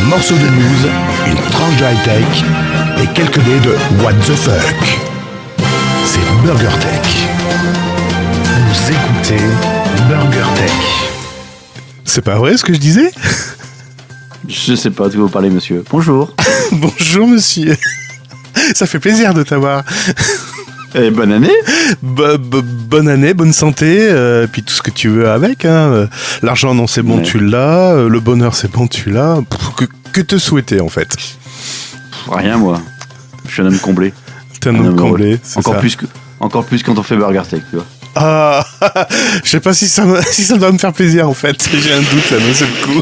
morceau de news, une tranche de high-tech et quelques dés de what the fuck. C'est BurgerTech. Vous écoutez BurgerTech. C'est pas vrai ce que je disais ? Je sais pas de quoi vous parlez, monsieur. Bonjour. Bonjour, monsieur. Ça fait plaisir de t'avoir. Et bonne année. Bonne année, bonne santé, puis tout ce que tu veux avec. Hein. L'argent, non, c'est bon, tu l'as. Le bonheur, c'est bon, tu l'as. Que te souhaiter, en fait ? Rien, moi. Je suis un homme comblé. T'es un homme comblé, c'est encore ça. Encore plus quand on fait BurgerTech, tu vois. Ah, je sais pas si ça doit me faire plaisir, en fait. J'ai un doute, là, d'un seul coup.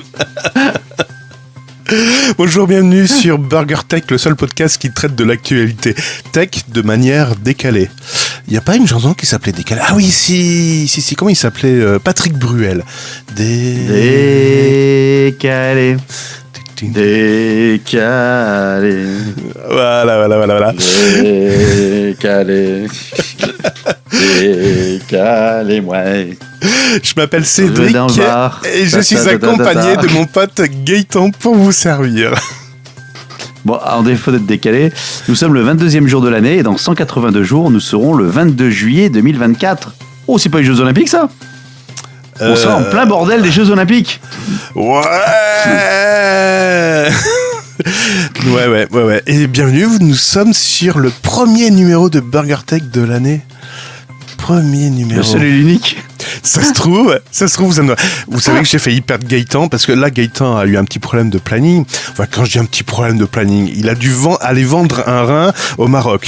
Bonjour, bienvenue sur BurgerTech, le seul podcast qui traite de l'actualité tech de manière décalée. Il n'y a pas une chanson qui s'appelait Décalé ? Ah oui, si, comment il s'appelait ? Patrick Bruel. Décalé. Décalé. Voilà. Décalé. Décalé, ouais. Je m'appelle Cédric et je suis accompagné de mon pote Gaëtan pour vous servir. Bon, en défaut d'être décalé, nous sommes le 22e jour de l'année et dans 182 jours, nous serons le 22 juillet 2024. Oh, c'est pas les Jeux Olympiques, ça ? On sera en plein bordel des Jeux Olympiques. Ouais. Ouais. Et bienvenue, nous sommes sur le premier numéro de BurgerTech de l'année. Premier numéro. Le seul et l'unique. Ça se trouve, vous savez que j'ai failli perdre Gaëtan, parce que là, Gaëtan a eu un petit problème de planning. Enfin, quand je dis un petit problème de planning, il a dû aller vendre un rein au Maroc.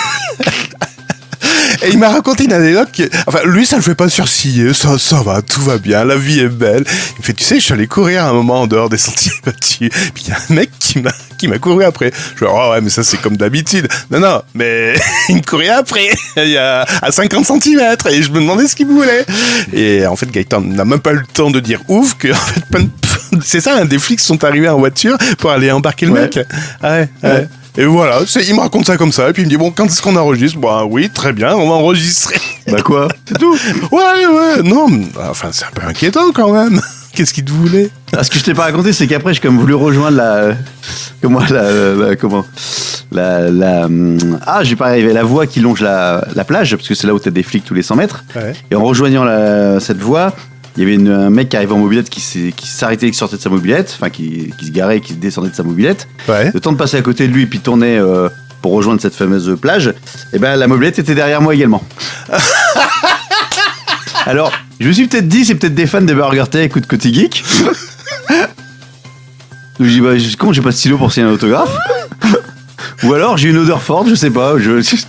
Et il m'a raconté une anecdote enfin, lui, ça le fait pas surciller, ça va, tout va bien, la vie est belle. Il me fait, tu sais, je suis allé courir un moment en dehors des sentiers battus, puis il y a un mec qui m'a couru après. Je fais, oh ouais, mais ça, c'est comme d'habitude. Non, mais il me courait après, à 50 centimètres, et je me demandais ce qu'il voulait. Et en fait, Gaëtan n'a même pas eu le temps de dire ouf, que, en fait, c'est ça, des flics sont arrivés en voiture pour aller embarquer le mec. Ouais. Et voilà, il me raconte ça comme ça, et puis il me dit, bon, quand est-ce qu'on enregistre ? Bah oui, très bien, on va enregistrer. Bah quoi ? C'est tout ? Ouais, non, enfin, c'est un peu inquiétant quand même. Qu'est-ce qu'il te voulait ? Ce que je t'ai pas raconté, c'est qu'après, j'ai comme voulu rejoindre j'ai pas arrivé, la voie qui longe la plage, parce que c'est là où t'as des flics tous les 100 mètres. Ouais. Et en rejoignant cette voie, il y avait un mec qui arrivait en mobilette qui s'arrêtait, qui sortait de sa mobilette, enfin qui se garait, qui descendait de sa mobilette. Ouais. Le temps de passer à côté de lui et puis tourner pour rejoindre cette fameuse plage, et ben la mobilette était derrière moi également. Alors, je me suis peut-être dit, c'est peut-être des fans de BurgerTech ou de Côté Geek. Donc j'ai dit, bah, comment j'ai pas de stylo pour signer un autographe ? Ou alors j'ai une odeur forte, je sais pas.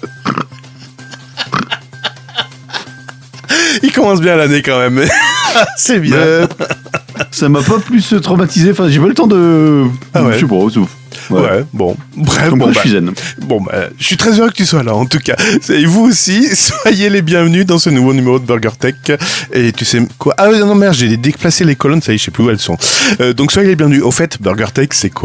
Il commence bien l'année quand même. C'est bien. Ça m'a pas plus traumatisé. Enfin, j'ai pas le temps de. Ah ouais. Je sais pas, sauf. Ouais, bon. Bref, je suis zen. Je suis très heureux que tu sois là, en tout cas. Et vous aussi, soyez les bienvenus dans ce nouveau numéro de BurgerTech. Et tu sais quoi ? Ah non, merde, j'ai déplacé les colonnes, ça y est, je sais plus où elles sont. Donc soyez les bienvenus. Au fait, BurgerTech, c'est quoi ?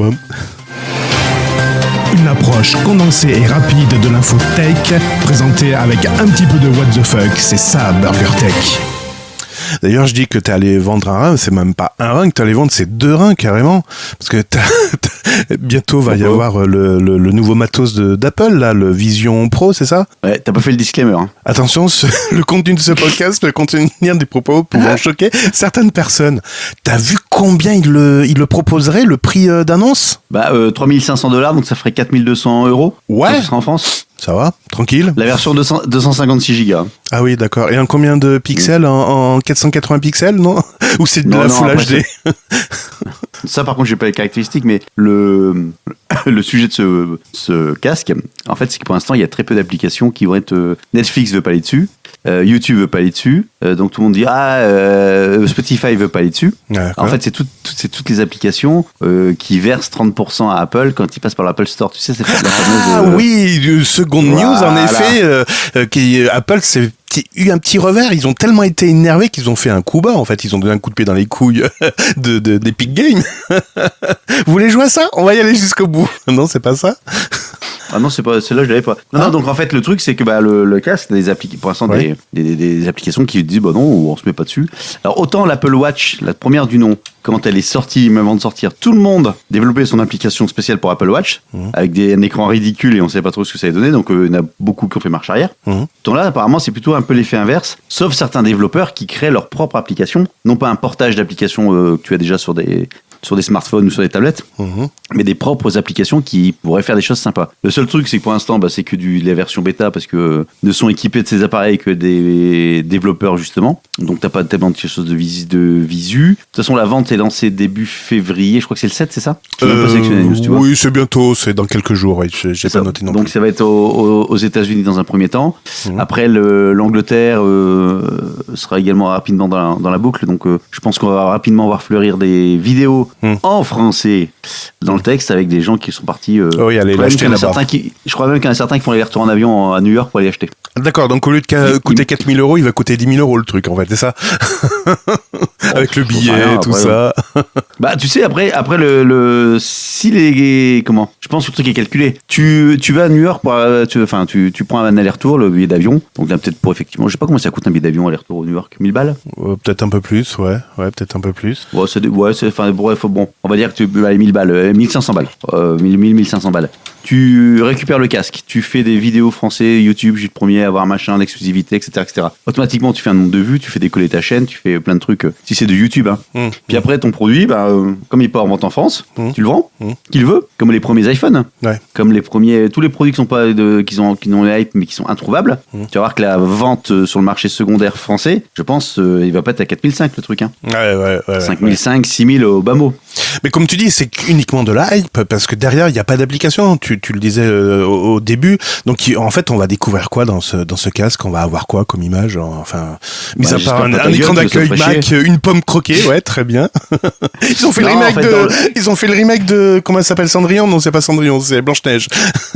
Une approche condensée et rapide de l'info tech, présentée avec un petit peu de what the fuck, c'est ça BurgerTech. D'ailleurs, je dis que t'es allé vendre un rein, c'est même pas un rein que t'es allé vendre, c'est 2 reins carrément. Parce que bientôt va y avoir le nouveau matos d'Apple, là, le Vision Pro, c'est ça ? Ouais, t'as pas fait le disclaimer. Hein. Attention, le contenu de ce podcast peut contenir des propos pouvant choquer certaines personnes. T'as vu combien il le proposerait, le prix d'annonce ? Bah, $3 500, donc ça ferait 4 200 €. Ouais. Ça sera en France. Ça va, tranquille. La version 256 Go. Ah oui, d'accord. Et en combien de pixels ? En 480 pixels, non ? Ou c'est de la Full HD ? Ça, par contre, j'ai pas les caractéristiques, mais le sujet de ce casque, en fait, c'est que pour l'instant, il y a très peu d'applications qui vont être... Netflix veut pas aller dessus, YouTube veut pas aller dessus, donc tout le monde dit Spotify veut pas aller dessus. En fait, c'est toutes les applications qui versent 30% à Apple quand ils passent par l'Apple Store. Tu sais, c'est la fameuse... oui, seconde news, en effet, Apple s'est eu un petit revers. Ils ont tellement été énervés qu'ils ont fait un coup bas. En fait, ils ont donné un coup de pied dans les couilles d'Epic Games. Vous voulez jouer à ça ? On va y aller jusqu'au bout. Non, c'est pas ça. Ah non, c'est pas celle-là, je l'avais pas. Non, donc en fait le truc c'est que le casque, des pour l'instant des applications qui disent bah non, on se met pas dessus. Alors autant l'Apple Watch, la première du nom, quand elle est sortie, même avant de sortir, tout le monde développait son application spéciale pour Apple Watch avec un écran ridicule et on savait pas trop ce que ça allait donner, donc il y en a beaucoup qui ont fait marche arrière. Donc là apparemment c'est plutôt un peu l'effet inverse, sauf certains développeurs qui créent leur propre application, non pas un portage d'applications que tu as déjà sur des smartphones ou sur des tablettes, mais des propres applications qui pourraient faire des choses sympas. Le seul truc, c'est que pour l'instant, c'est que les versions bêta parce que ne sont équipés de ces appareils que des développeurs, justement. Donc, t'as pas tellement quelque chose de visu. De toute façon, la vente est lancée début février. Je crois que c'est le 7, c'est ça? Je même pas sélectionné la news, tu vois. Oui, c'est bientôt, c'est dans quelques jours. Oui, j'ai pas noté non plus. Donc, ça va être aux États-Unis dans un premier temps. Après, l'Angleterre sera également rapidement dans la boucle. Donc, je pense qu'on va rapidement voir fleurir des vidéos en français dans le texte avec des gens qui sont partis. Oui, allez l'acheter là-bas. Je crois même qu'il y en a certains qui font les retours en avion à New York pour aller acheter. D'accord, donc au lieu de coûter 4 000 €, il va coûter 10 000 € le truc, en fait, c'est ça? Avec le billet, rien, tout après, ça. Tu sais, après je pense que le truc est calculé. Tu vas à New York, tu prends un aller-retour, le billet d'avion. Donc là, peut-être pour effectivement, je sais pas comment ça coûte un billet d'avion aller-retour au New York, 1000 balles? Peut-être un peu plus, ouais, peut-être un peu plus. Bon, on va dire que 1000 balles, 1500 balles, 1500 balles. Tu récupères le casque, tu fais des vidéos français, YouTube, j'ai le premier à avoir machin, l'exclusivité, etc. Automatiquement, tu fais un nombre de vues, tu fais décoller ta chaîne, tu fais plein de trucs, si c'est de YouTube. Puis après, ton produit, comme il part en vente en France, tu le vends, qui le veut, comme les premiers iPhones, comme tous les produits qui n'ont les hype, mais qui sont introuvables. Tu vas voir que la vente sur le marché secondaire français, je pense, il va pas être à 4005 le truc. Ouais. 5005, 6000 au bas mot. Mais comme tu dis, c'est uniquement de la hype, parce que derrière, il n'y a pas d'application. Tu le disais au début. Donc, en fait, on va découvrir quoi dans ce casque? On va avoir quoi comme image? Enfin, mis à part un écran d'accueil Mac, une pomme croquée, ouais, très bien. Ils ont fait le remake de comment elle s'appelle, Cendrillon? Non, c'est pas Cendrillon, c'est Blanche-Neige.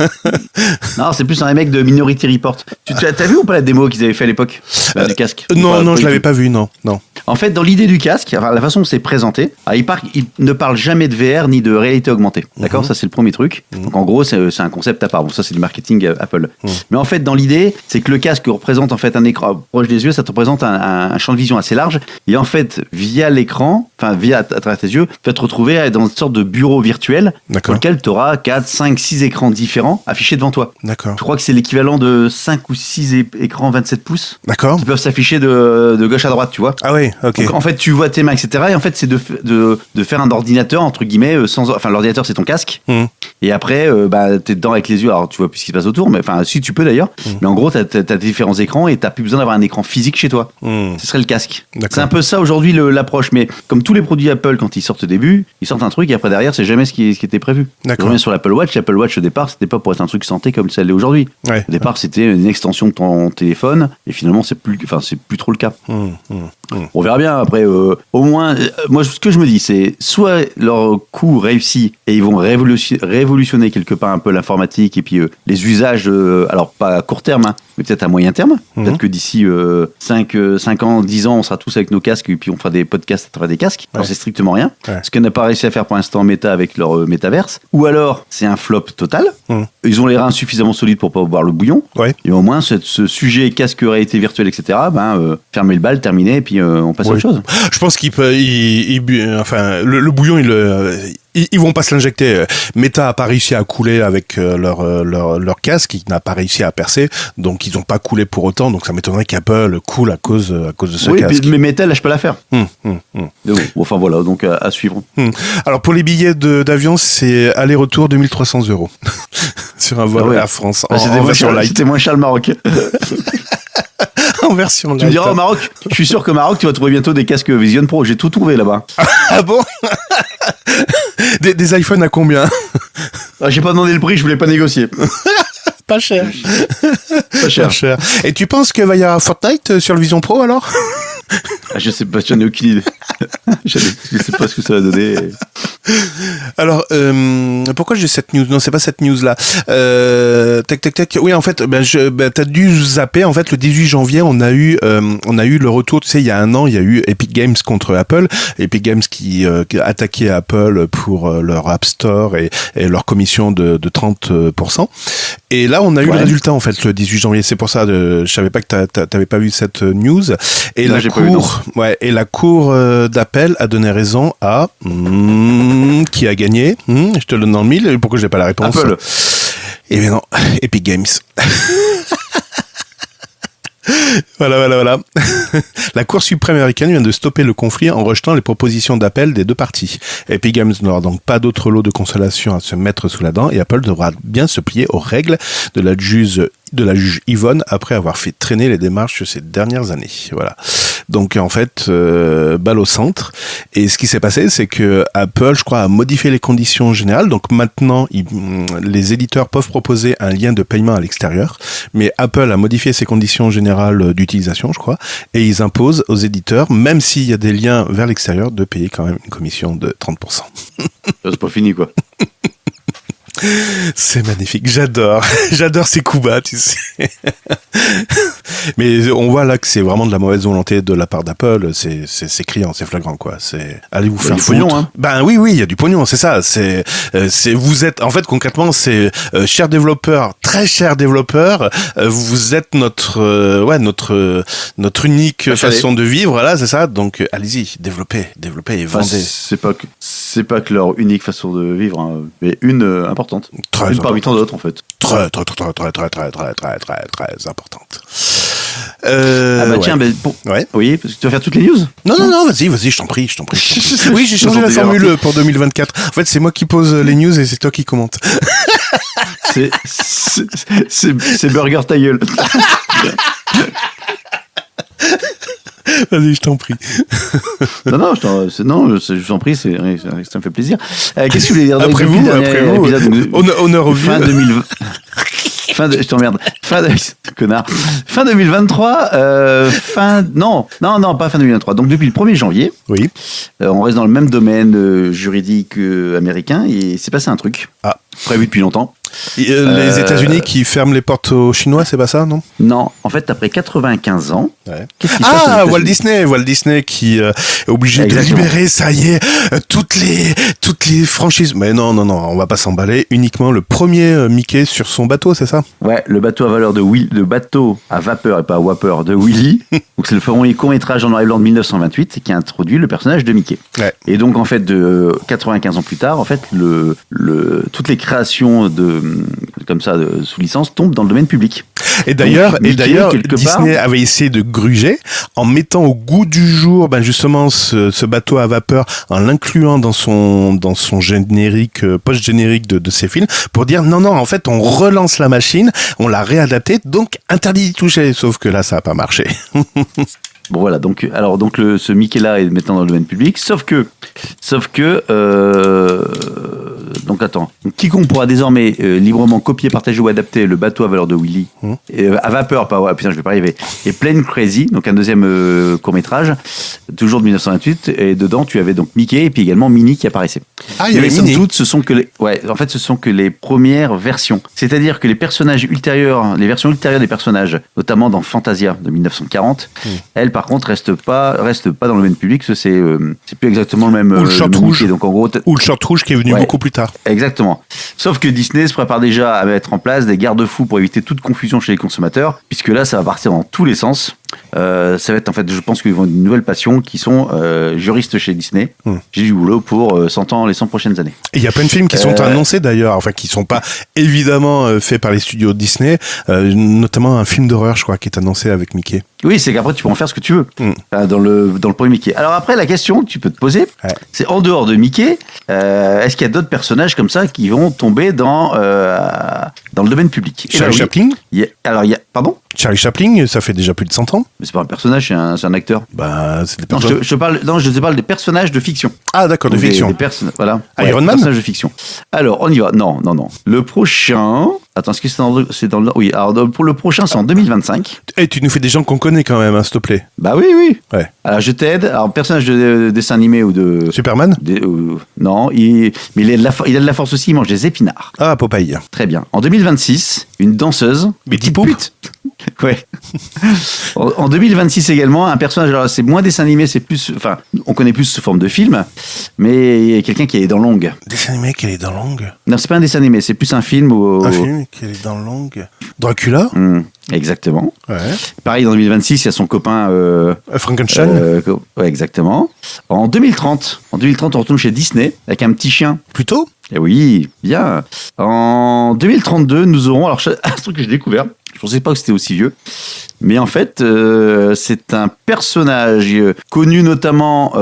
Non, c'est plus un remake de Minority Report. T'as vu ou pas la démo qu'ils avaient fait à l'époque du casque? Non, je l'avais pas vu, non. En fait, dans l'idée du casque, la façon dont c'est présenté, il ne parle jamais de VR ni de réalité augmentée. D'accord, ça c'est le premier truc. Donc en gros, c'est un concept à part. Bon, ça c'est du marketing Apple. Mais en fait, dans l'idée, c'est que le casque représente en fait un écran proche des yeux, ça te représente un champ de vision assez large. Et en fait, via l'écran, à travers tes yeux, tu vas te retrouver dans une sorte de bureau virtuel dans lequel tu auras 4, 5, 6 écrans différents affichés devant toi. D'accord. Je crois que c'est l'équivalent de 5 ou 6 écrans 27 pouces. D'accord. Qui peuvent s'afficher de gauche à droite, tu vois. Ah oui, ok. Donc en fait, tu vois tes mains, etc. Et en fait, c'est de faire un ordinateur, entre guillemets, l'ordinateur, c'est ton casque. Et après, t'es dedans avec les yeux. Alors, tu vois plus ce qui se passe autour, mais si tu peux d'ailleurs. Mais en gros, t'as différents écrans et t'as plus besoin d'avoir un écran physique chez toi. Ce serait le casque. C'est un peu ça aujourd'hui l'approche. Mais comme tous les produits Apple, quand ils sortent au début, ils sortent un truc et après derrière, c'est jamais ce qui était prévu. D'accord. Je reviens sur l'Apple Watch. L'Apple Watch au départ, c'était pas pour être un truc santé comme ça l'est aujourd'hui. Ouais. Au départ, c'était une extension de ton téléphone et finalement, c'est plus trop le cas. On verra bien après. Au moins, moi, ce que je me dis, c'est soit leur coup réussit et ils vont révolutionner quelque part un peu l'informatique et puis les usages, alors pas à court terme, mais peut-être à moyen terme. Peut-être que d'ici 5 ans, 10 ans, on sera tous avec nos casques et puis on fera des podcasts à travers des casques. Alors c'est strictement rien. Ce qu'on n'a pas réussi à faire pour l'instant Meta avec leur métaverse. Ou alors, c'est un flop total. Ils ont les reins suffisamment solides pour pas boire le bouillon. Et au moins, ce sujet casque réalité virtuelle, etc., fermer le bal, terminer et puis on passe à autre chose. Je pense le bouillon, ils vont pas se l'injecter. Meta a pas réussi à couler avec leur casque, il n'a pas réussi à percer, donc ils ont pas coulé pour autant. Donc ça m'étonnerait qu'Apple coule à cause de ce casque. Mais Meta lâche pas l'affaire. Enfin voilà, donc à suivre. Alors pour les billets d'avion, c'est aller-retour 2300 € sur un vol à France. C'était moins cher le Maroc. En version light. Tu me diras au Maroc, je suis sûr qu'au Maroc, tu vas trouver bientôt des casques Vision Pro. J'ai tout trouvé là-bas. Ah bon? Des iPhones à combien? J'ai pas demandé le prix, je voulais pas négocier. Pas cher. Pas cher. Et tu penses qu'il va y avoir Fortnite sur le Vision Pro alors? Je sais pas, j'en ai aucune idée. Je sais pas ce que ça va donner. Alors, pourquoi j'ai cette news? Non, c'est pas cette news-là. Tac. Oui, en fait, t'as dû zapper. En fait, le 18 janvier, on a eu le retour. Tu sais, il y a un an, il y a eu Epic Games contre Apple. Epic Games qui attaquait Apple pour leur App Store et leur commission de 30%. Et là, on a eu le résultat, en fait, le 18 janvier. C'est pour ça, je savais pas que t'avais pas vu cette news. Et non, la cour d'appel a donné raison à qui a gagné. Je te le donne dans le mille. Pourquoi j'ai pas la réponse? Apple. Eh bien non, Epic Games. Voilà. La Cour suprême américaine vient de stopper le conflit en rejetant les propositions d'appel des deux parties. Epic Games n'aura donc pas d'autre lot de consolation à se mettre sous la dent et Apple devra bien se plier aux règles de la juge Yvonne après avoir fait traîner les démarches ces dernières années. Voilà. Donc en fait, balle au centre. Et ce qui s'est passé, c'est que Apple, je crois, a modifié les conditions générales. Donc maintenant, les éditeurs peuvent proposer un lien de paiement à l'extérieur, mais Apple a modifié ses conditions générales d'utilisation, je crois, et ils imposent aux éditeurs, même s'il y a des liens vers l'extérieur, de payer quand même une commission de 30%. C'est pas fini, quoi. C'est magnifique, j'adore ces coups bas, tu sais. Mais on voit là que c'est vraiment de la mauvaise volonté de la part d'Apple, c'est criant, c'est flagrant, quoi. C'est allez vous faire foutre. Pognon, hein. Ben oui, il y a du pognon, c'est ça. C'est vous êtes en fait concrètement, c'est cher développeur, très cher développeur, vous êtes notre unique façon de vivre, là, c'est ça. Donc allez-y, développez et vendez. C'est pas que leur unique façon de vivre, hein, mais une importante. Une parmi tant d'autres, en fait. Très importante. Tiens, ouais. Oui, parce que tu vas faire toutes les news? Non, vas-y, je t'en prie. Oui, j'ai changé la formule pour 2024. En fait, c'est moi qui pose les news et c'est toi qui commente. C'est Burger ta gueule. Vas-y, je t'en prie. Non, je t'en prie, ça me fait plaisir. Qu'est-ce que tu voulais dire? Après vous. Honneur au fin 2020. Je t'emmerde. Connard. Fin 2023. Non, pas fin 2023. Donc depuis le 1er janvier. Oui. On reste dans le même domaine juridique américain et c'est passé un truc. Prévu depuis longtemps. Les États-Unis qui ferment les portes aux Chinois, c'est pas ça, non? Non, en fait, après 95 ans, qu'est-ce qui se passe? Walt Disney qui est obligé de libérer, ça y est, toutes les franchises. Mais non, on va pas s'emballer. Uniquement le premier Mickey sur son bateau, c'est ça? Ouais, le bateau à vapeur et pas à vapeur de Willy. Donc c'est le premier court-métrage en noir et blanc de 1928 qui a introduit le personnage de Mickey. Ouais. Et donc en fait, de 95 ans plus tard, en fait, toutes les créations sous licence tombent dans le domaine public. Et d'ailleurs, Disney avait essayé de gruger en mettant au goût du jour, justement, ce bateau à vapeur, en l'incluant dans son générique, post-générique de ses films, pour dire non, en fait, on relance la machine, on l'a réadapté, donc interdit d'y toucher. Sauf que là, ça n'a pas marché. Bon voilà, donc ce Mickey là est maintenant dans le domaine public, sauf que donc attends, quiconque pourra désormais librement copier, partager ou adapter le bateau à valeur de Willy, à vapeur, putain je vais pas arriver, et Plane Crazy, donc un deuxième court-métrage, toujours de 1928, et dedans tu avais donc Mickey et puis également Minnie qui apparaissait. Il y avait Minnie. Toutes, ce sont que les premières versions, c'est-à-dire que les versions ultérieures des personnages, notamment dans Fantasia de 1940, elles par contre restent pas dans le domaine public, c'est plus exactement le même. Ou le short rouge. Donc en gros, ou le short rouge qui est venu beaucoup plus tard. Exactement. Sauf que Disney se prépare déjà à mettre en place des garde-fous pour éviter toute confusion chez les consommateurs, puisque là ça va partir dans tous les sens. Ça va être en fait, je pense qu'ils vont une nouvelle passion qui sont juristes chez Disney. J'ai du boulot pour les 100 prochaines années. Et il y a plein de films qui sont annoncés d'ailleurs, enfin qui sont pas évidemment faits par les studios Disney, notamment un film d'horreur je crois qui est annoncé avec Mickey. Oui, c'est qu'après tu peux en faire ce que tu veux dans le premier Mickey. Alors après la question que tu peux te poser, c'est en dehors de Mickey, est-ce qu'il y a d'autres personnages comme ça qui vont tomber dans le domaine public? Charlie Chaplin. Pardon? Charlie Chaplin, ça fait déjà plus de 100 ans. Mais c'est pas un personnage, c'est un acteur. Bah, c'est des Non, personnes. je te parle des personnages de fiction. Ah, d'accord, de Donc, fiction. Des voilà. Iron Man. Personnages de fiction. Alors, on y va. Non. Le prochain. Attends, est-ce que c'est dans le. Oui, alors pour le prochain, c'est en 2025. Et tu nous fais des gens qu'on connaît quand même, hein, s'il te plaît. Bah oui. Ouais. Alors, je t'aide. Alors, personnage de dessin animé ou de. Superman. Non, mais il a de la force aussi, il mange des épinards. Ah, Popeye. Très bien. En 2026, une danseuse. Betty Boop. Ouais. En 2026 également, un personnage, alors c'est moins dessin animé, c'est plus, enfin, on connaît plus sous forme de film, mais il y a quelqu'un qui est dans longue. Dessin animé qui est dans longue. Non, c'est pas un dessin animé, c'est plus un film. Un film qui est dans longue. Dracula. Exactement. Ouais. Pareil, dans 2026, il y a son copain. Frankenstein. Ouais, exactement. En 2030, on retourne chez Disney avec un petit chien. Plutôt. Eh oui, bien. En 2032, nous aurons, alors c'est un truc que j'ai découvert. Je pensais pas que c'était aussi vieux. Mais en fait, c'est un personnage connu notamment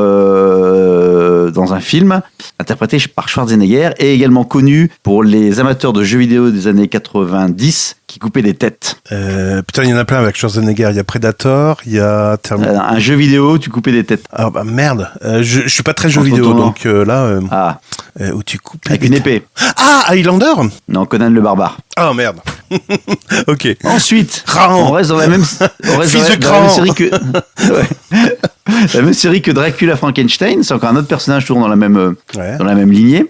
dans un film interprété par Schwarzenegger et également connu pour les amateurs de jeux vidéo des années 90 qui coupaient des têtes. Putain, il y en a plein avec Schwarzenegger. Il y a Predator, il y a Un jeu vidéo, tu coupais des têtes. Ah bah merde, je suis pas très jeu Entre vidéo, ton nom. donc là, où tu coupes Avec une épée. Ah, Highlander. Non, Conan le barbare. Ah merde. Ok. Ensuite, Cran. on reste dans la même, Fils de dans la même Cran. série que ouais. La même série que Dracula Frankenstein. C'est encore un autre personnage toujours dans la même lignée,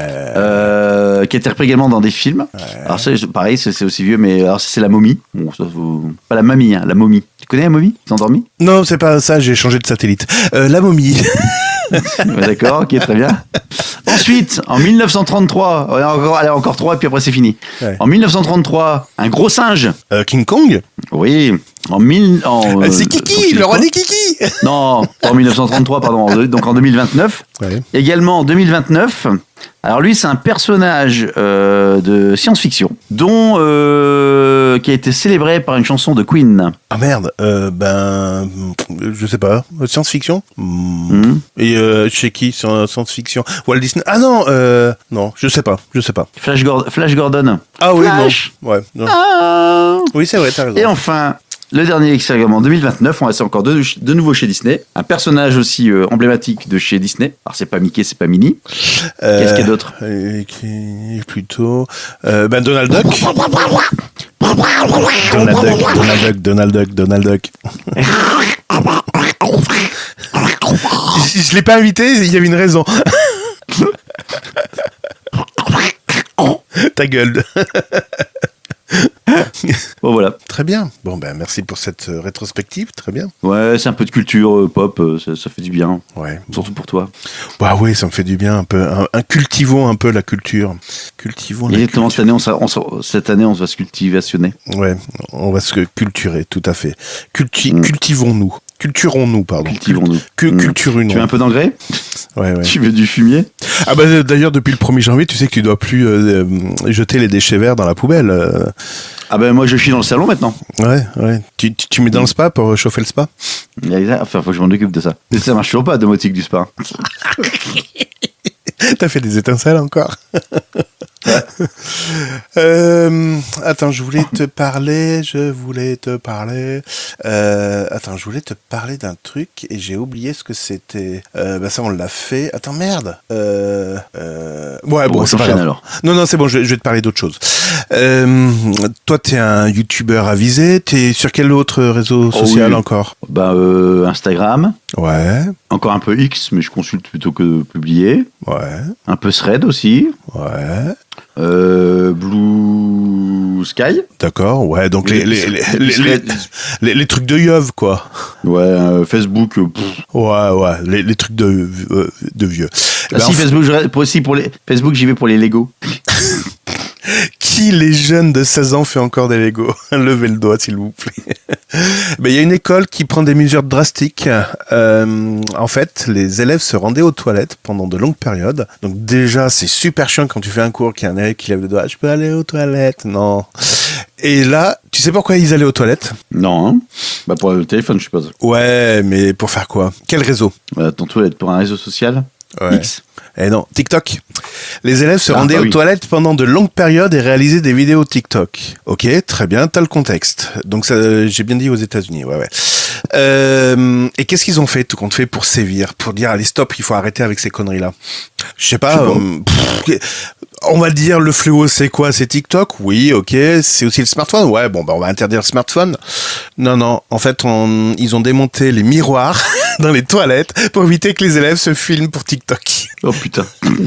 qui interprète également dans des films. Alors c'est pareil, c'est aussi vieux, mais alors c'est la momie. Bon, ça, pas la mamie, hein, la momie. Tu connais la momie? Tu t'es endormi? Non, c'est pas ça. J'ai changé de satellite. La momie. Ouais, d'accord, ok, très bien. Ensuite, en 1933, allez, encore 3 et puis après c'est fini. Ouais. En 1933, un gros singe. King Kong. Oui. C'est Kiki, le roi des Kiki. Non, pas en 1933, pardon. Donc en 2029. Ouais. Également en 2029. Alors lui, c'est un personnage de science-fiction dont qui a été célébré par une chanson de Queen. Ah merde. Je sais pas. Science-fiction. Et chez qui science-fiction? Walt Disney. Ah non. Non, je sais pas. Flash Gordon. Ah oui, Flash. non. Ouais. Non. Ah. Oui, c'est vrai. T'as raison. Et enfin, le dernier également en 2029, on va c'est encore de nouveau chez Disney. Un personnage aussi emblématique de chez Disney. Alors c'est pas Mickey, c'est pas Minnie. Qu'est-ce qu'il y a d'autre? Plutôt. Donald Duck. Donald Duck. Je l'ai pas invité, il y avait une raison. Ta gueule. Bon voilà. Très bien. Bon merci pour cette rétrospective, très bien. Ouais, c'est un peu de culture pop, ça fait du bien. Ouais. Surtout pour toi. Bah oui, ça me fait du bien un peu. Cultivons un peu la culture. Exactement, cette année, on va se cultivationner. Ouais, on va se culturer, tout à fait. Cultivons-nous. Culturons-nous, pardon. Cultivons-nous. Culturons-nous. Tu veux un peu d'engrais? Ouais. Tu veux du fumier? Ah d'ailleurs, depuis le 1er janvier, tu sais que tu dois plus jeter les déchets verts dans la poubelle. Ah moi je chie dans le salon maintenant. Ouais. Tu mets dans le spa pour chauffer le spa? Enfin, faut que je m'en occupe de ça. Mais ça marche toujours pas, domotique du spa. T'as fait des étincelles encore? Attends, je voulais te parler d'un truc et j'ai oublié ce que c'était. Ça on l'a fait. Attends, merde. Ouais, bon, c'est pas grave. Alors. Non, c'est bon, je vais te parler d'autre chose. Toi, t'es un youtubeur avisé. T'es sur quel autre réseau social encore? Instagram. Ouais. Encore un peu X, mais je consulte plutôt que de publier. Ouais. Un peu Thread aussi. Ouais. Blue Sky. D'accord, ouais, donc les trucs de Yov, quoi. Ouais, Facebook. Ouais, les trucs de vieux. Facebook, j'y vais pour les Lego. Qui les jeunes de 16 ans fait encore des Lego? Levez le doigt, s'il vous plaît. Il y a une école qui prend des mesures drastiques. En fait, les élèves se rendaient aux toilettes pendant de longues périodes. Donc déjà, c'est super chiant quand tu fais un cours qu'il y a un élève qui lève le doigt. Je peux aller aux toilettes? Non. Et là, tu sais pourquoi ils allaient aux toilettes? Non, hein. Pour le téléphone, je suppose. Ouais, mais pour faire quoi? Quel réseau? Ton toilette pour un réseau social? Ouais. X. Eh non, TikTok. Les élèves se rendaient oui. aux toilettes pendant de longues périodes et réalisaient des vidéos TikTok. Ok, très bien, t'as le contexte. Donc ça, j'ai bien dit aux États-Unis, ouais. Et qu'est-ce qu'ils ont fait, tout compte fait, pour sévir, pour dire allez stop, il faut arrêter avec ces conneries-là. Je sais pas. On va dire le fléau, c'est quoi? C'est TikTok? Oui, ok. C'est aussi le smartphone? Ouais, bon, bah on va interdire le smartphone. Non. En fait, ils ont démonté les miroirs dans les toilettes pour éviter que les élèves se filment pour TikTok. Oh putain.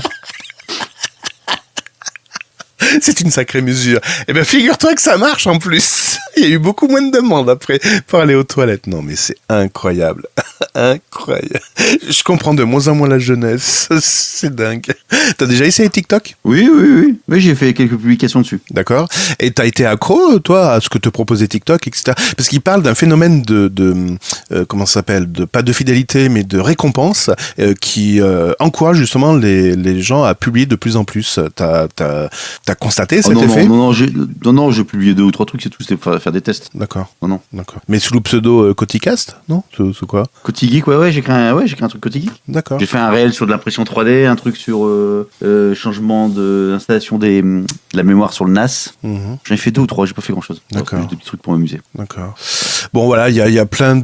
C'est une sacrée mesure. Eh ben, figure-toi que ça marche en plus. Il y a eu beaucoup moins de demandes après pour aller aux toilettes. Non, mais c'est incroyable. Incroyable. Je comprends de moins en moins la jeunesse. C'est dingue. T'as déjà essayé TikTok? Oui. Oui, j'ai fait quelques publications dessus. D'accord. Et t'as été accro, toi, à ce que te proposait TikTok, etc. Parce qu'il parle d'un phénomène comment ça s'appelle, pas de fidélité, mais de récompense, qui encourage justement les gens à publier de plus en plus. T'as constaté cet effet? Non, j'ai publié 2 ou 3 trucs, c'est tout, c'était faire des tests. D'accord. Non. D'accord. Mais sous le pseudo Coticast, non? C'est quoi? Cotigeek, ouais, j'ai créé un truc Cotigeek. D'accord. J'ai fait un réel sur de l'impression 3D, un truc sur changement d'installation de la mémoire sur le NAS. Mhm. J'en ai fait 2 ou 3, j'ai pas fait grand chose. D'accord. Juste des petits trucs pour m'amuser. D'accord. Bon voilà, il y a plein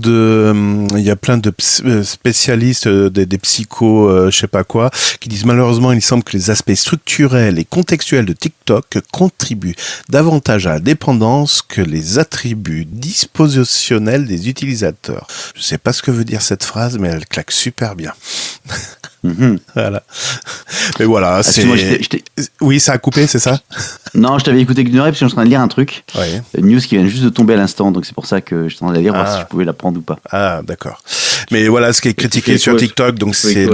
de spécialistes, des psychos, je sais pas quoi, qui disent malheureusement il semble que les aspects structurels et contextuels de TikTok contribuent davantage à la dépendance que les attributs dispositionnels des utilisateurs. Je sais pas ce que veut dire cette phrase, mais elle claque super bien. Voilà. Mais voilà, c'est. Oui, ça a coupé, c'est ça? Non, je t'avais écouté qu'une oreille parce que je suis en train de lire un truc. Ouais. Une news qui vient juste de tomber à l'instant, donc c'est pour ça que je suis en train de la lire, voir si je pouvais la prendre ou pas. Ah, d'accord. Mais voilà, ce qui est critiqué sur TikTok, donc c'est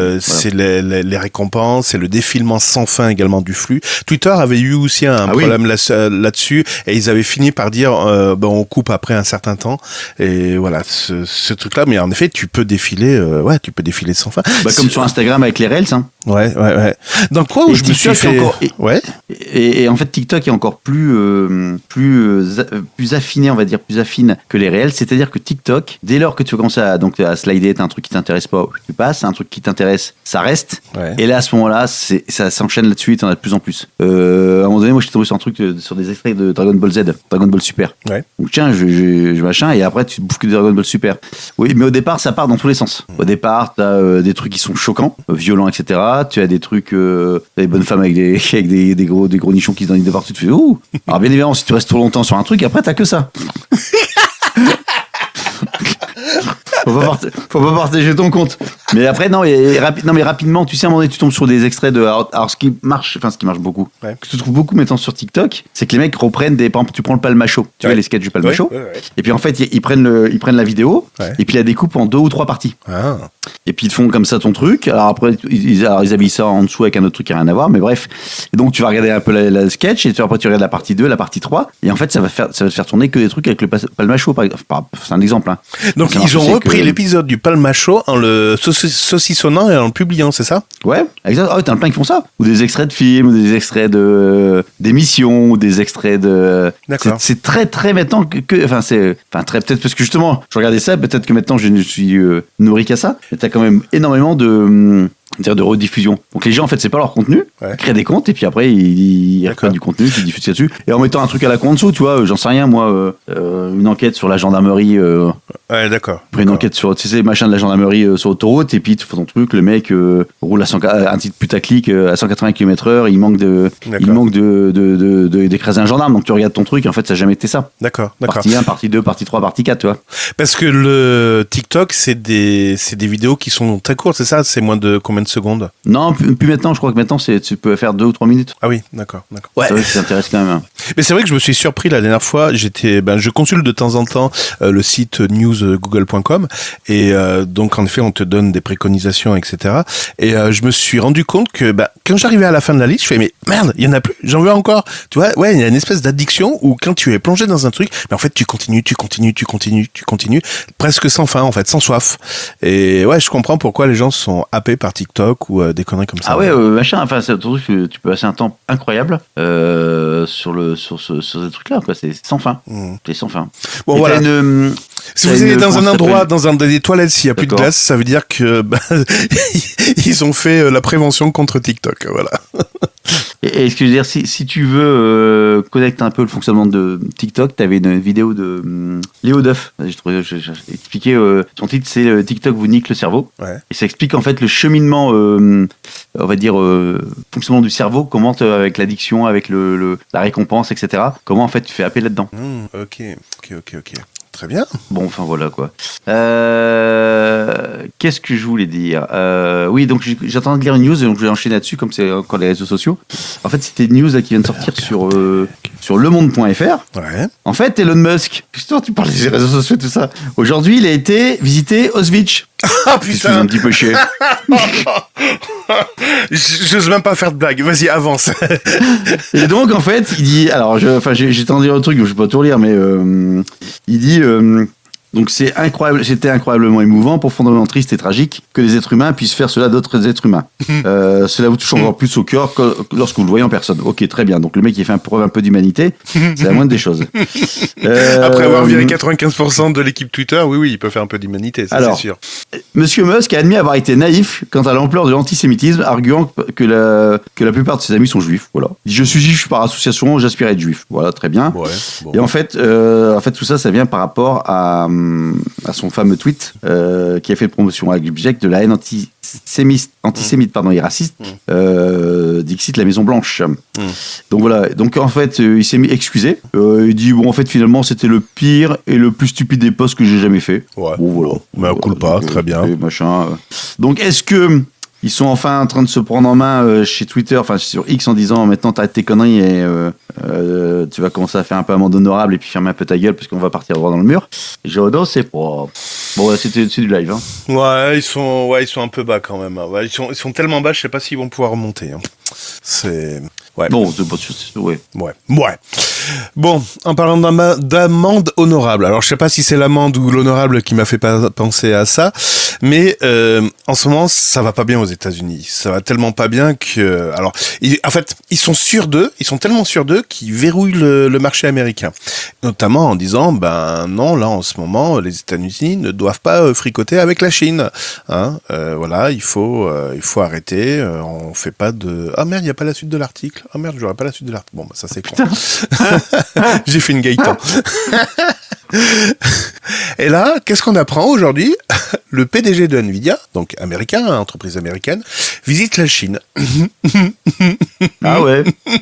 les récompenses, c'est le défilement sans fin également du flux. Twitter avait eu aussi un problème là-dessus, et ils avaient fini par dire, on coupe après un certain temps, et voilà, ce truc-là. Mais en effet, tu peux défiler sans fin. Comme sur Instagram avec les Reels, hein. Ouais. Dans quoi où je me suis fait... Et en fait, TikTok est encore plus affiné, on va dire, plus affine que les réels. C'est-à-dire que TikTok, dès lors que tu commences à slider, t'as un truc qui t'intéresse pas, tu passes, un truc qui t'intéresse, ça reste. Ouais. Et là, à ce moment-là, ça s'enchaîne là-dessus et t'en as de plus en plus. À un moment donné, moi, je suis tombé sur un truc, sur des extraits de Dragon Ball Z, Dragon Ball Super. Ouais. Donc tiens, je machin, et après, tu bouffes que des Dragon Ball Super. Oui, mais au départ, ça part dans tous les sens. Au départ, t'as des trucs qui sont choquants, violents, etc. Tu as des trucs, des bonnes femmes avec des gros nichons qui se donnent de partout. Tu fais ouh. Alors bien évidemment, si tu restes trop longtemps sur un truc, après t'as que ça. Faut pas partager ton compte. Mais après, mais rapidement, tu sais, à un moment donné, tu tombes sur des extraits de. Alors, ce qui marche beaucoup, que tu trouves beaucoup maintenant sur TikTok, c'est que les mecs reprennent par exemple, tu prends le Palmacho, tu vois les sketchs du Palmacho, et puis en fait, ils prennent la vidéo, et puis ils la découpent en 2 ou 3 parties. Ah. Et puis ils te font comme ça ton truc. Alors après, ils habillent ça en dessous avec un autre truc qui n'a rien à voir, mais bref. Et donc, tu vas regarder un peu la sketch, et après, tu regardes la partie 2, la partie 3, et en fait, ça va te faire tourner que des trucs avec le Palmacho, par exemple. C'est un exemple, hein. Donc, ils ont repris l'épisode du Palmacho en le saucissonnant et en le publiant, c'est ça? Ouais, exact. Ah, t'as plein qui font ça. Ou des extraits de films, ou des extraits d'émissions, ou des extraits de. D'accord. C'est très, très maintenant très, peut-être parce que justement, je regardais ça, peut-être que maintenant je ne suis nourri qu'à ça. Mais t'as quand même énormément de rediffusion. Donc les gens, en fait, c'est pas leur contenu, créent des comptes, et puis après, ils reprennent du contenu, ils diffusent là-dessus. Et en mettant un truc à la con en dessous, tu vois, j'en sais rien, moi, une enquête sur la gendarmerie. Ouais, d'accord. Une enquête sur, tu sais, machin de la gendarmerie sur l'autoroute, et puis tu fais ton truc, le mec roule un titre putaclic à 180 km/h, il manque d'écraser un gendarme, donc tu regardes ton truc, et en fait, ça n'a jamais été ça. D'accord. Partie 1, partie 2, partie 3, partie 4, tu vois. Parce que le TikTok, c'est des vidéos qui sont très courtes, c'est ça? C'est moins de combien de secondes? Non, plus maintenant, je crois que maintenant, tu peux faire 2 ou 3 minutes. Ah oui, d'accord. Ouais. C'est vrai que ça t'intéresse quand même. Mais c'est vrai que je me suis surpris la dernière fois, je consulte de temps en temps le site newsgoogle.com, et donc en effet, on te donne des préconisations, etc. Et je me suis rendu compte que quand j'arrivais à la fin de la liste, je fais mais merde, il y en a plus, j'en veux encore. Tu vois, il y a une espèce d'addiction où quand tu es plongé dans un truc, mais en fait tu continues, presque sans fin en fait, sans soif. Et ouais, je comprends pourquoi les gens sont happés par TikTok ou des conneries comme ça. Ah ouais, machin, enfin c'est un truc que tu peux passer un temps incroyable sur ce truc-là, quoi. C'est sans fin. C'est sans fin. Bon, voilà. Si vous allez dans un endroit, dans des toilettes, s'il n'y a plus de glace, ça veut dire que ils ont fait la prévention contre TikTok. Voilà. Et ce que je veux dire, si tu veux connecter un peu le fonctionnement de TikTok, tu avais une vidéo de Léo Duff. J'ai expliqué, son titre, c'est TikTok vous nique le cerveau. Ouais. Et ça explique en fait le cheminement, on va dire, fonctionnement du cerveau, comment avec l'addiction, avec la récompense, etc. Comment en fait tu fais appel là-dedans. Ok. Très bien. Bon, enfin voilà quoi. Qu'est-ce que je voulais dire oui, donc j'attendais de lire une news, donc je vais enchaîner là-dessus, comme c'est encore les réseaux sociaux. En fait, c'était une news là, qui vient de sortir sur lemonde.fr. Ouais. En fait, Elon Musk, putain, tu parles des réseaux sociaux, tout ça. Aujourd'hui, il a été visiter Auschwitz. Ah Je suis putain. un petit peu chier. J'ose même pas faire de blague. Vas-y, avance. Et donc, en fait, il dit... Alors, j'ai tendu un truc, je vais pas tout relire, mais il dit... donc c'était incroyablement émouvant, profondément triste et tragique que les êtres humains puissent faire cela d'autres êtres humains. Cela vous touche encore plus au cœur lorsque vous le voyez en personne. Ok, très bien. Donc le mec, il fait preuve un peu d'humanité. C'est la moindre des choses. Après avoir viré 95% de l'équipe Twitter, oui, il peut faire un peu d'humanité, ça c'est sûr. Monsieur Musk a admis avoir été naïf quant à l'ampleur de l'antisémitisme, arguant que la plupart de ses amis sont juifs. Voilà. Il dit, je suis juif par association, j'aspire à être juif. Voilà, très bien. Ouais, bon. Et en fait, tout ça vient par rapport à son fameux tweet qui a fait promotion à l'objet de la haine antisémite et raciste, Dixit la Maison Blanche. Donc voilà, donc en fait il s'est mis excusé, il dit bon en fait finalement c'était le pire et le plus stupide des posts que j'ai jamais fait. Ouais. Bon voilà. Mais cool pas, très bien. Machin. Donc est-ce que ils sont enfin en train de se prendre en main chez Twitter, enfin sur X, en disant maintenant t'arrêtes tes conneries et tu vas commencer à faire un peu amende honorable et puis fermer un peu ta gueule parce qu'on va partir droit dans le mur. Et je dis, c'est pas... Bon, ouais, c'est du live. Hein. Ouais, ils sont un peu bas quand même. Ouais, ils sont tellement bas, je sais pas s'ils vont pouvoir remonter. Hein. C'est... Ouais. Bon, c'est pas... Ouais. Ouais. Bon, en parlant d'amende honorable, alors je sais pas si c'est l'amende ou l'honorable qui m'a fait penser à ça, mais en ce moment ça va pas bien aux États-Unis. Ça va tellement pas bien que, alors, en fait, ils sont tellement sûrs d'eux qu'ils verrouillent le marché américain, notamment en disant, ben non, là en ce moment les États-Unis ne doivent pas fricoter avec la Chine. Hein, voilà, il faut arrêter. On fait pas de. Ah merde, il y a pas la suite de l'article. Ah merde, j'aurais pas la suite de l'article. Bon, bah, ça c'est con. J'ai fait une Gaëtan. Et là, qu'est-ce qu'on apprend aujourd'hui? Le PDG de Nvidia, donc américain, entreprise américaine, visite la Chine. Ah ouais.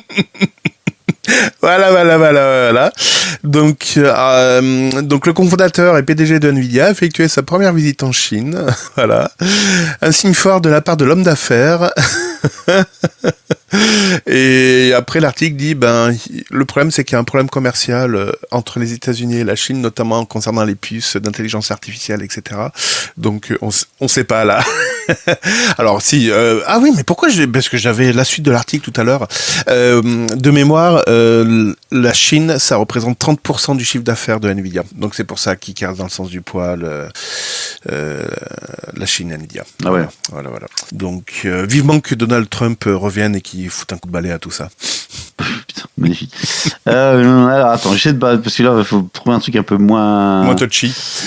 Voilà. Donc le cofondateur et PDG de Nvidia a effectué sa première visite en Chine. Voilà. Un signe fort de la part de l'homme d'affaires. Et après l'article dit le problème c'est qu'il y a un problème commercial entre les États-Unis et la Chine, notamment concernant les puces d'intelligence artificielle, etc. Donc on sait pas là. Alors si ah oui, mais pourquoi parce que j'avais la suite de l'article tout à l'heure de mémoire. La Chine, ça représente 30% du chiffre d'affaires de Nvidia. Donc c'est pour ça qu'ils cassent dans le sens du poil la Chine Nvidia. Ah ouais. Voilà. Donc vivement que Donald Trump revienne et qu'il foute un coup de balai à tout ça. Putain, magnifique. Alors attends, j'essaie de parce que là il faut trouver un truc un peu moins touchy.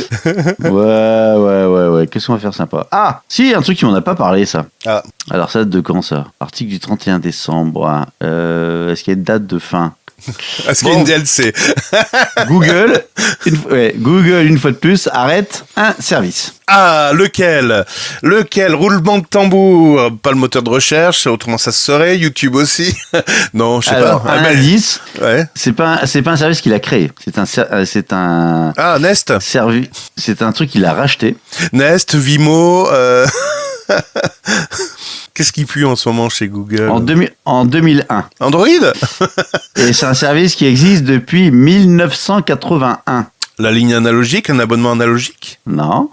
Ouais. Qu'est-ce qu'on va faire sympa? Ah, si, un truc qui m'en a pas parlé ça. Ah. Alors ça date de quand ça? Article du 31 décembre. Est-ce qu'il y a une date de fin? Est-ce qu'il y a une DLC? Google, une fois de plus, arrête un service. Ah, lequel? Roulement de tambour. Pas le moteur de recherche, autrement ça se saurait. YouTube aussi. Non, je sais pas. Un indice. Ouais. C'est pas un service qu'il a créé. C'est un. Ah, Nest. C'est un truc qu'il a racheté. Nest, Vimo. Qu'est-ce qui pue en ce moment chez Google? En 2001. Android. Et c'est un service qui existe depuis 1981. La ligne analogique, un abonnement analogique? Non.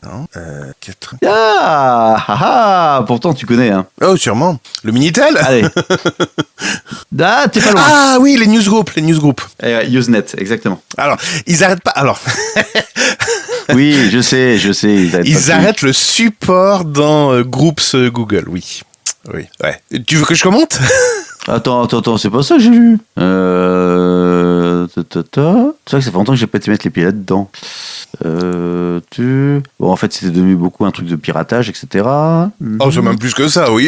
Pourtant tu connais, hein. Oh, sûrement. Le Minitel? Allez. T'es pas loin. Ah oui, les newsgroups. Usenet, exactement. Alors, ils arrêtent pas. Alors. Oui, je sais. Ils arrêtent le support dans Groups Google, oui. Oui, ouais. Tu veux que je commente? Attends, c'est pas ça que j'ai vu. C'est vrai que ça fait longtemps que j'ai pas été mettre les pieds là-dedans. Bon, en fait, c'était devenu beaucoup un truc de piratage, etc. Oh, c'est même plus que ça, oui.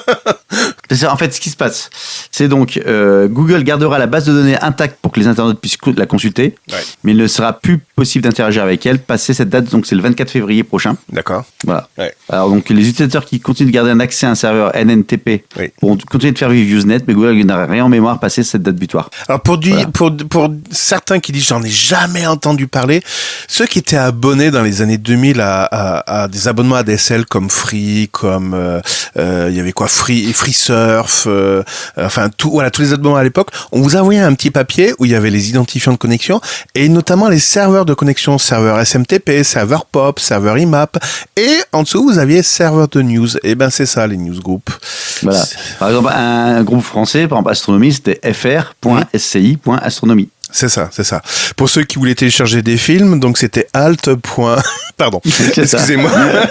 En fait, ce qui se passe, c'est donc Google gardera la base de données intacte pour que les internautes puissent la consulter, mais il ne sera plus possible d'interagir avec elle passé cette date, donc c'est le 24 février prochain. D'accord. Voilà. Ouais. Alors donc les utilisateurs qui continuent de garder un accès à un serveur NNTP pourront continuer de faire vivre Usenet, mais Google n'aura rien en mémoire passé cette date butoir. Alors pour certains qui disent j'en ai jamais entendu parler, ceux qui étaient abonnés dans les années 2000 à des abonnements ADSL comme Free, comme il y avait quoi, Free Surf, enfin tous les abonnements à l'époque, on vous envoyait un petit papier où il y avait les identifiants de connexion et notamment les serveurs de connexion, serveur SMTP, serveur POP, serveur IMAP, et en dessous vous aviez serveur de news. Et ben c'est ça les newsgroups. Voilà. Par exemple, un groupe français, par exemple Astronomie, c'était fr.sci.astronomie. C'est ça. Pour ceux qui voulaient télécharger des films, donc c'était alt. Pardon, excusez-moi.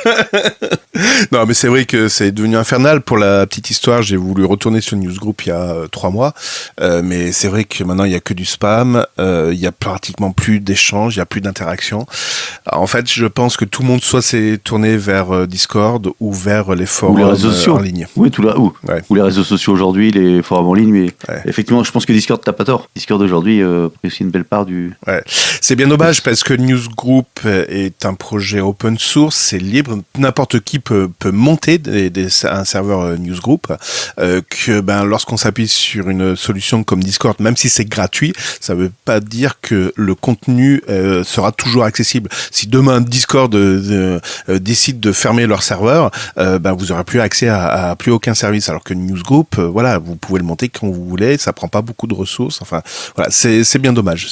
Non, mais c'est vrai que c'est devenu infernal. Pour la petite histoire, j'ai voulu retourner sur le newsgroup il y a 3 mois, mais c'est vrai que maintenant il y a que du spam, il y a pratiquement plus d'échanges, il y a plus d'interaction. En fait, je pense que tout le monde soit s'est tourné vers Discord ou vers les forums les réseaux sociaux en ligne. Oui, ou les réseaux sociaux aujourd'hui, les forums en ligne, mais effectivement, je pense que Discord t'as pas tort. Discord aujourd'hui pris aussi une belle part du. Ouais, c'est bien dommage parce que Newsgroup est un projet open source, c'est libre, n'importe qui peut monter un serveur Newsgroup. Que lorsqu'on s'appuie sur une solution comme Discord, même si c'est gratuit, ça veut pas dire que le contenu sera toujours accessible. Si demain Discord décide de fermer leur serveur, vous aurez plus accès à plus aucun service. Alors que Newsgroup, vous pouvez le monter quand vous voulez, ça prend pas beaucoup de ressources. Enfin, voilà, c'est bien dommage.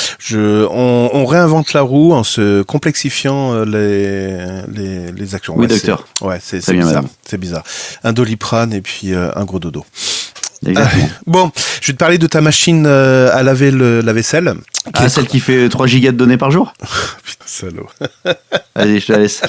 On réinvente la roue en se complexifiant les actions. Oui, docteur. C'est bizarre. C'est bizarre. Un Doliprane et puis un gros dodo. Exactement. Bon, je vais te parler de ta machine à laver la vaisselle. Celle qui fait 3 gigas de données par jour. Putain, salaud. Allez, je te la laisse.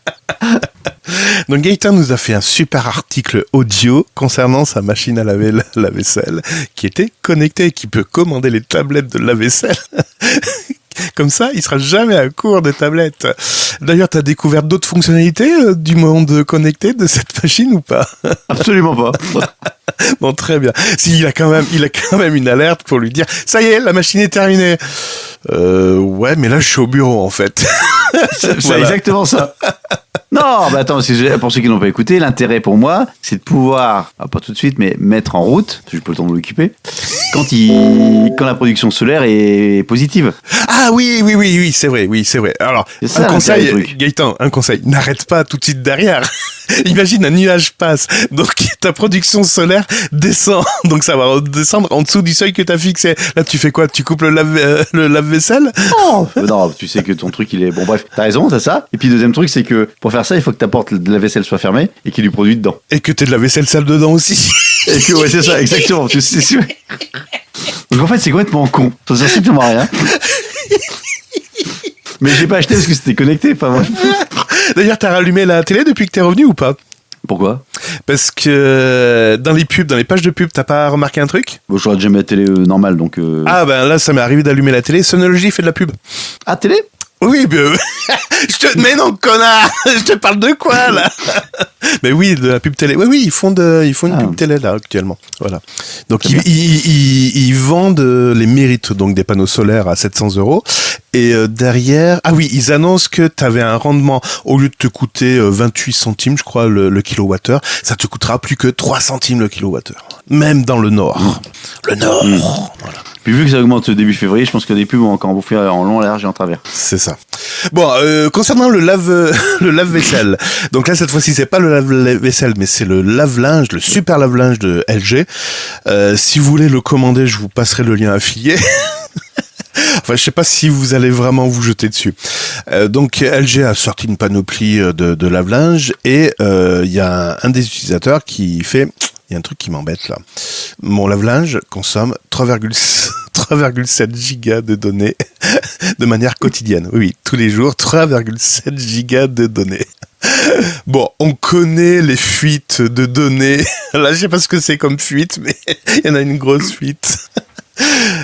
Donc Gaëtan nous a fait un super article audio concernant sa machine à laver la vaisselle qui était connectée, qui peut commander les tablettes de la vaisselle. Comme ça, il sera jamais à court de tablettes. D'ailleurs, tu as découvert d'autres fonctionnalités du monde connecté de cette machine ou pas? Absolument pas. Bon, très bien. Si, il a quand même une alerte pour lui dire « Ça y est, la machine est terminée !» Ouais, mais là, je suis au bureau, en fait. C'est exactement ça. Non, attends, pour ceux qui n'ont pas écouté, l'intérêt pour moi, c'est de pouvoir, pas tout de suite, mais mettre en route, j'ai pas le temps de m'occuper, quand la production solaire est positive. Ah oui, c'est vrai. Alors, ça, un conseil, Gaëtan, n'arrête pas tout de suite derrière. Imagine un nuage passe, donc ta production solaire descend, donc ça va redescendre en dessous du seuil que t'as fixé. Là, tu fais quoi? Tu coupes le lave-vaisselle? Non, tu sais que ton truc, il est... Bon, bref, t'as raison, t'as ça. Et puis, deuxième truc, c'est que pour faire ça, il faut que ta porte de la vaisselle soit fermée et qu'il y ait du produit dedans. Et que t'aies de la vaisselle sale dedans aussi. Et que, c'est ça, exactement. Donc, en fait, c'est complètement con. Ça sert strictement à rien. Mais j'ai pas acheté parce que c'était connecté, pas moi. D'ailleurs, t'as rallumé la télé depuis que t'es revenu ou pas? Pourquoi? Parce que dans les pages de pub, t'as pas remarqué un truc? Bon, j'aurais déjà mis la télé normale, donc... Ah là, ça m'est arrivé d'allumer la télé. Sonology fait de la pub. Ah, télé? Oui, mais non, connard. Je te parle de quoi, là? Mais oui, de la pub télé. Oui, ils font une pub télé, là, actuellement. Voilà. Donc, ils vendent les mérites, donc, des panneaux solaires à 700 €. Et derrière, ils annoncent que t'avais un rendement, au lieu de te coûter 28 centimes, je crois, le kilowattheure, ça te coûtera plus que 3 centimes le kilowattheure. Même dans le Nord. Le Nord. Voilà. Puis vu que ça augmente début février, je pense que les pubs vont encore bouffer en long, en large et en travers. C'est ça. Bon, concernant le lave-vaisselle. Donc là, cette fois-ci, c'est pas le lave-vaisselle, mais c'est le lave-linge, le super lave-linge de LG. Si vous voulez le commander, je vous passerai le lien affilié. Enfin, je sais pas si vous allez vraiment vous jeter dessus. Donc, LG a sorti une panoplie de lave-linge et il y a un des utilisateurs qui fait... Il y a un truc qui m'embête là. Mon lave-linge consomme 3,7 gigas de données de manière quotidienne. Oui, tous les jours, 3,7 gigas de données. Bon, on connaît les fuites de données. Là, je sais pas ce que c'est comme fuite, mais il y en a une grosse fuite.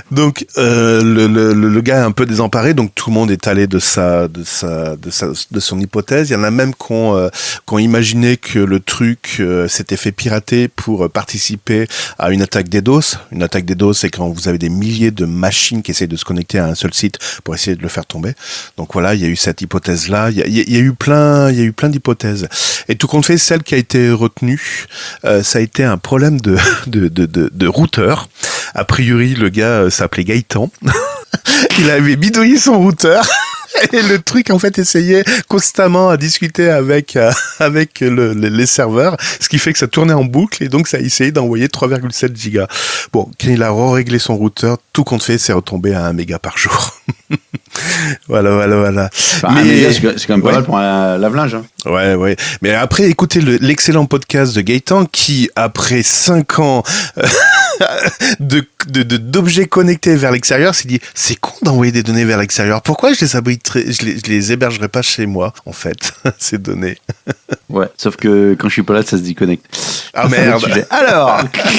Donc le gars est un peu désemparé, donc tout le monde est allé de son hypothèse. Il y en a même qui ont imaginé que le truc s'était fait pirater pour participer à une attaque DDoS. Une attaque DDoS, c'est quand vous avez des milliers de machines qui essayent de se connecter à un seul site pour essayer de le faire tomber. Donc voilà, il y a eu cette hypothèse-là. Il y a eu plein d'hypothèses. Et tout compte fait, celle qui a été retenue, ça a été un problème de routeur. A priori, le gars s'appelait Gaëtan. Il avait bidouillé son routeur. Et le truc, en fait, essayait constamment à discuter avec les serveurs, ce qui fait que ça tournait en boucle, et donc ça a essayé d'envoyer 3,7 gigas. Bon, quand il a réglé son routeur, tout compte fait, c'est retombé à 1 méga par jour. Voilà. Enfin, mais c'est quand même pas mal pour un lave-linge. Hein. Ouais. Mais après, écoutez l'excellent podcast de Gaëtan qui, après 5 ans d'objets connectés vers l'extérieur, s'est dit, c'est con d'envoyer des données vers l'extérieur. Pourquoi je les hébergerai pas chez moi, en fait, ces données? Ouais, sauf que quand je suis pas là, ça se déconnecte. Ah merde. Alors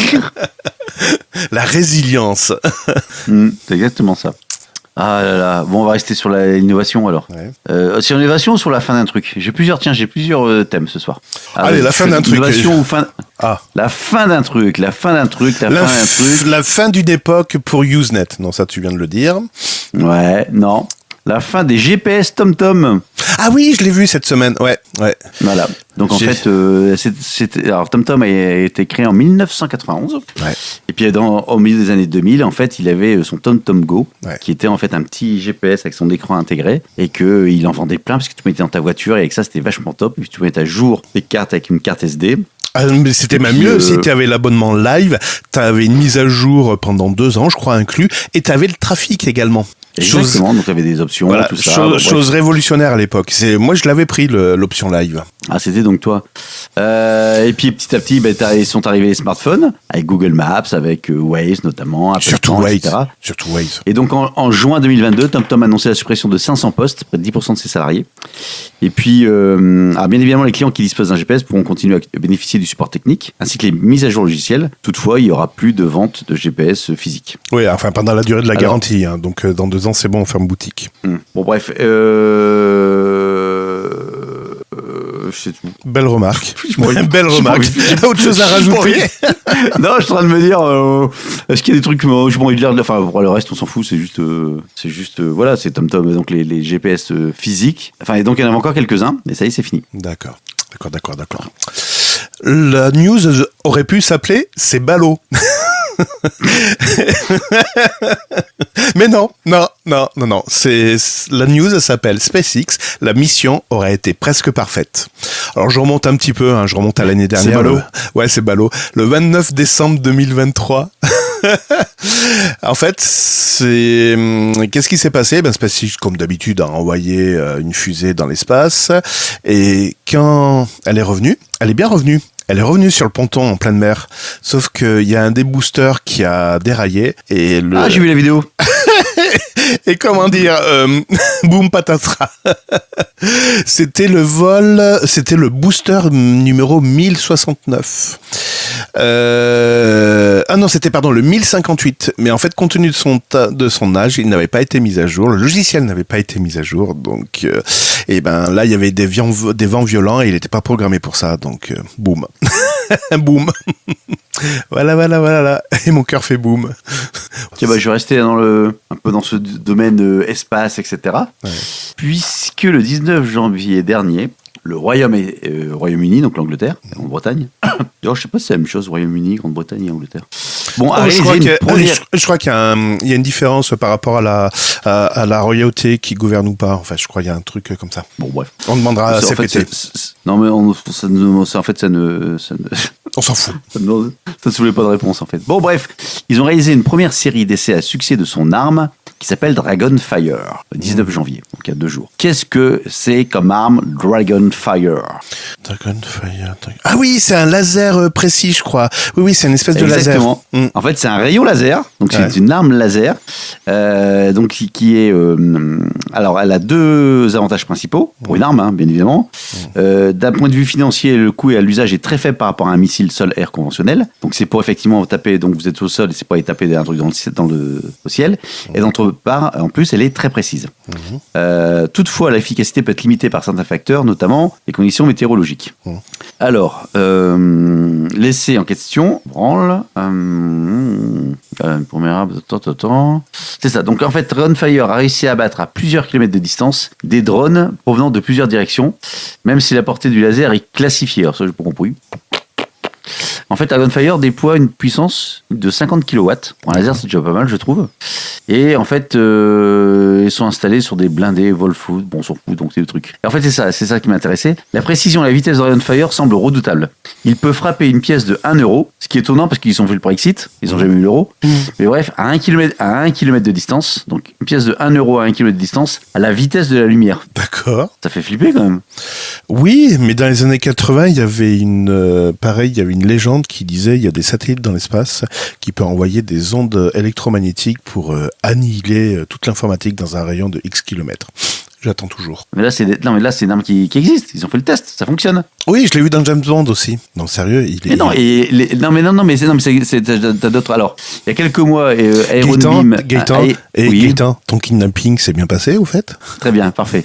la résilience. C'est exactement ça. Ah là là. Bon, on va rester sur l'innovation alors. Ouais. Sur l'innovation ou sur la fin d'un truc? J'ai plusieurs thèmes ce soir. Allez, la fin d'un truc. Innovation ou fin... La fin d'un truc. La fin d'une époque pour Usenet. Non, ça tu viens de le dire. Ouais, non. La fin des GPS TomTom. Ah oui, je l'ai vu cette semaine. Ouais. Voilà. Donc en fait, alors TomTom a été créé en 1991. Ouais. Et puis au milieu des années 2000, en fait, il avait son TomTom Go, qui était en fait un petit GPS avec son écran intégré, et que il en vendait plein parce que tu mettais dans ta voiture et avec ça c'était vachement top. Et puis tu mettais à jour tes cartes avec une carte SD. Ah, mais c'était même mieux, si tu avais l'abonnement live, tu avais une mise à jour pendant 2 ans, je crois, inclus, et tu avais le trafic également. Exactement, donc tu avais des options, voilà, tout ça. Chose révolutionnaire à l'époque. Moi, je l'avais pris, l'option live. Ah, c'était donc toi. Et puis petit à petit, sont arrivés les smartphones, avec Google Maps, avec Waze notamment, Apple surtout Plan, etc. Surtout Waze. Et donc en juin 2022, TomTom a annoncé la suppression de 500 postes, près de 10% de ses salariés. Et puis, bien évidemment, les clients qui disposent d'un GPS pourront continuer à bénéficier du support technique, ainsi que les mises à jour logicielles. Toutefois, il n'y aura plus de vente de GPS physique. Oui, enfin pendant la durée de la garantie. Hein, donc dans 2 ans, c'est bon, on ferme boutique. Bon, bref. C'est tout. Belle remarque. Belle remarque. Autre chose à rajouter? Non, je suis en train de me dire, est-ce qu'il y a des trucs que j'ai pas envie de lire? Enfin, pour le reste, on s'en fout. C'est juste, voilà, c'est TomTom, donc les GPS physiques. Enfin, et donc il y en avait encore quelques-uns, mais ça y est, c'est fini. D'accord. La news aurait pu s'appeler C'est ballot. Mais non. La news s'appelle SpaceX. La mission aurait été presque parfaite. Alors je remonte un petit peu, je remonte à l'année dernière. C'est ballot. Ouais, c'est ballot. Le 29 décembre 2023. En fait, qu'est-ce qui s'est passé? SpaceX, comme d'habitude, a envoyé une fusée dans l'espace. Et quand elle est revenue, elle est bien revenue. Elle est revenue sur le ponton en pleine mer, sauf qu'il y a un des boosters qui a déraillé et Ah, j'ai vu la vidéo. Et comment dire, boum patatras. C'était le booster numéro 1069. Non, c'était le 1058. Mais en fait, compte tenu de son âge, il n'avait pas été mis à jour. Le logiciel n'avait pas été mis à jour. Donc, là, il y avait des vents violents et il n'était pas programmé pour ça. Donc, boum. Boum. Voilà. Et mon cœur fait boum. Ok, je vais rester un peu dans ce domaine espace, etc. Ouais. Puisque le 19 janvier dernier, le Royaume-Uni, donc l'Angleterre, Grande-Bretagne. D'ailleurs, je sais pas si c'est la même chose, Royaume-Uni, Grande-Bretagne et Angleterre. Bon, je crois qu'il y a une différence par rapport à la royauté qui gouverne ou pas. Enfin, je crois qu'il y a un truc comme ça. Bon, bref. On demandera à CPT. Non, mais on s'en fout. Ça ne soulève pas de réponse, en fait. Bon, bref. Ils ont réalisé une première série d'essais à succès de son arme, qui s'appelle Dragonfire, le 19 janvier, donc il y a 2 jours. Qu'est-ce que c'est comme arme Dragonfire? Ah oui, c'est un laser précis, je crois. Oui, c'est une espèce de Exactement. laser. En fait, c'est un rayon laser, donc Ouais. c'est une arme laser, donc qui est... alors, elle a 2 avantages principaux, pour une arme, hein, bien évidemment. D'un point de vue financier, le coût et à l'usage est très faible par rapport à un missile sol-air conventionnel. Donc, c'est pour effectivement taper, donc vous êtes au sol, et c'est pour aller taper un truc au ciel. Et d'autre part, en plus, elle est très précise. Toutefois, l'efficacité peut être limitée par certains facteurs, notamment les conditions météorologiques. Alors, l'essai en question, branle, première arme, c'est ça. Donc en fait, Dragonfire a réussi à abattre à plusieurs kilomètres de distance des drones provenant de plusieurs directions, même si la portée du laser est classifiée. Alors ça, j'ai pas compris. En fait, Dragonfire déploie une puissance de 50 kW. Pour un laser, c'est déjà pas mal, je trouve. Et en fait, ils sont installés sur des blindés Volfoot. Bon, on s'en fout, donc c'est le truc. Et en fait, c'est ça qui m'intéressait. La précision et la vitesse de Dragonfire semblent redoutables. Il peut frapper une pièce de 1 euro, ce qui est étonnant parce qu'ils ont fait le Brexit. Ils ont jamais eu l'euro. Mais bref, à 1 km de distance, donc une pièce de 1 euro à 1 km de distance, à la vitesse de la lumière. D'accord. Ça fait flipper quand même. Oui, mais dans les années 80, il y avait il y avait une légende qui disait il y a des satellites dans l'espace qui peuvent envoyer des ondes électromagnétiques pour annihiler toute l'informatique dans un rayon de X kilomètres. J'attends toujours. Mais là, c'est une arme qui existe. Ils ont fait le test. Ça fonctionne. Oui, je l'ai vu dans James Bond aussi. Non, sérieux, il est... T'as d'autres. Alors, il y a quelques mois, Iron Beam... Gaëtan, ton kidnapping s'est bien passé, au fait? Très bien, parfait.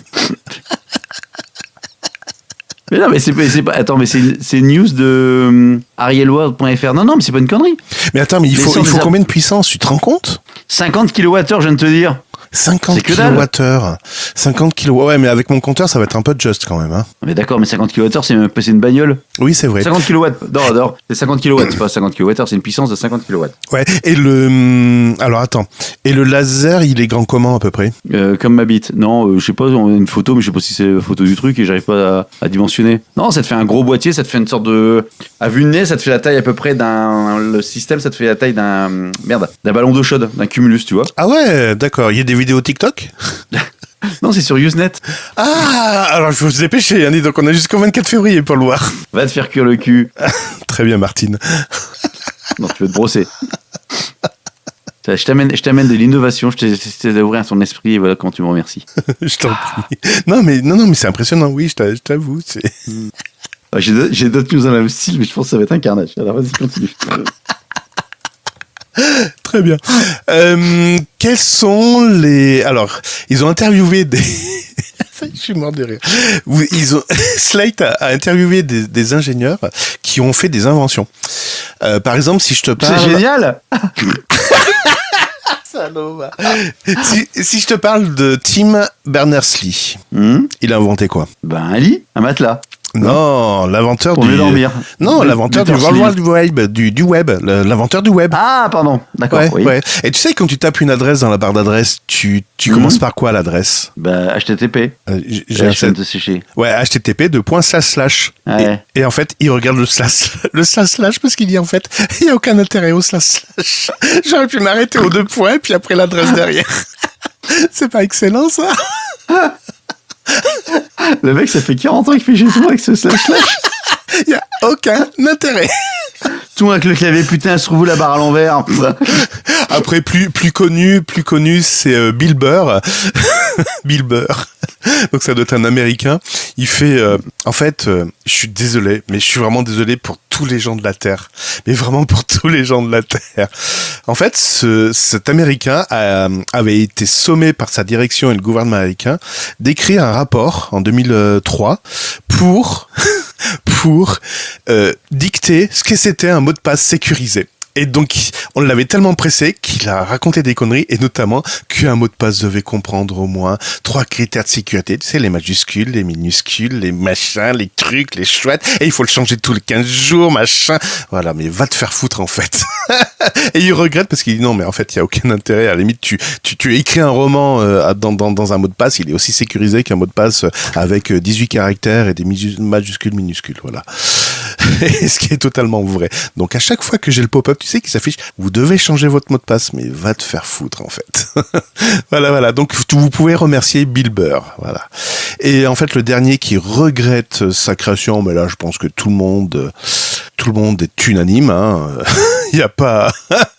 Mais non, mais c'est pas. Attends, mais c'est une news de arielworld.fr. Non, mais c'est pas une connerie. Mais attends, mais il faut combien de puissance? Tu te rends compte? 50 kWh, je viens de te dire. 50 kWh. 50 kWh. Ouais, mais avec mon compteur, ça va être un peu juste quand même. Hein. Mais d'accord, mais 50 kWh, c'est une bagnole. Oui, c'est vrai. 50 kW. Non, c'est 50 kW, c'est pas 50 kWh, c'est une puissance de 50 kW. Ouais, et alors attends. Et le laser, il est grand comment à peu près? Comme ma bite. Non, je sais pas, on a une photo, mais je sais pas si c'est la photo du truc et j'arrive pas à dimensionner. Non, ça te fait un gros boîtier, ça te fait une sorte de. À vue de nez, ça te fait la taille à peu près le système, ça te fait la taille d'un ballon d'eau chaude, d'un cumulus, tu vois. Ah ouais, d'accord. Il y a des vidéos TikTok? Non, c'est sur Usenet. Ah, alors je vais vous dépêcher, hein, donc on a jusqu'au 24 février pour le voir. Va te faire cuire le cul. Très bien, Martine. Non, tu veux te brosser. Je t'amène de l'innovation, je t'ai d'ouvrir ton esprit et voilà comment tu me remercies. Je t'en prie. Non, mais c'est impressionnant, oui, je t'avoue. J'ai d'autres news dans le même style, mais je pense que ça va être un carnage. Alors vas-y, continue. Très bien. Quels sont les... Alors, ils ont interviewé des... Je suis mort de rire. Slate a interviewé des ingénieurs qui ont fait des inventions. Par exemple, si je te parle... C'est génial. Si je te parle de Tim Berners-Lee, il a inventé quoi? Un lit, un matelas. Non, l'inventeur pour mieux dormir. Non, l'inventeur du World Wide Web, du web, l'inventeur du web. Ah, pardon. D'accord. Ouais, oui. Ouais. Et tu sais, quand tu tapes une adresse dans la barre d'adresse, tu commences par quoi l'adresse? HTTP. Je viens de te sécher. Ouais, HTTP // Ouais. Et en fait, il regarde le // parce qu'il dit en fait, il n'y a aucun intérêt au //. J'aurais // m'arrêter aux 2 points, puis après l'adresse derrière. C'est pas excellent, ça? Le mec, ça fait 40 ans qu'il fait chez toi avec ce // Il n'y a aucun intérêt. Tout avec le clavier, putain, se trouve la barre à l'envers. Après, plus connu, c'est Bill Burr. Bill Burr. Donc ça doit être un Américain. Il fait... en fait, je suis désolé, mais je suis vraiment désolé pour tous les gens de la Terre. Mais vraiment pour tous les gens de la Terre. En fait, cet Américain avait été sommé par sa direction et le gouvernement américain d'écrire un rapport en 2003 pour dicter ce que c'était un mot de passe sécurisé. Et donc, on l'avait tellement pressé qu'il a raconté des conneries, et notamment qu'un mot de passe devait comprendre au moins 3 critères de sécurité. Tu sais, les majuscules, les minuscules, les machins, les trucs, les chouettes. Et il faut le changer tous les 15 jours, machin. Voilà, mais va te faire foutre, en fait. Et il regrette parce qu'il dit non, mais en fait, il n'y a aucun intérêt. À la limite, tu écris un roman dans un mot de passe, il est aussi sécurisé qu'un mot de passe avec 18 caractères et des majuscules, minuscules. Voilà. Et ce qui est totalement vrai. Donc à chaque fois que j'ai le pop-up, tu sais, qui s'affiche, vous devez changer votre mot de passe, mais va te faire foutre en fait. Voilà. Donc vous pouvez remercier Bill Burr. Voilà. Et en fait, le dernier qui regrette sa création, mais là, je pense que tout le monde est unanime. Il y a pas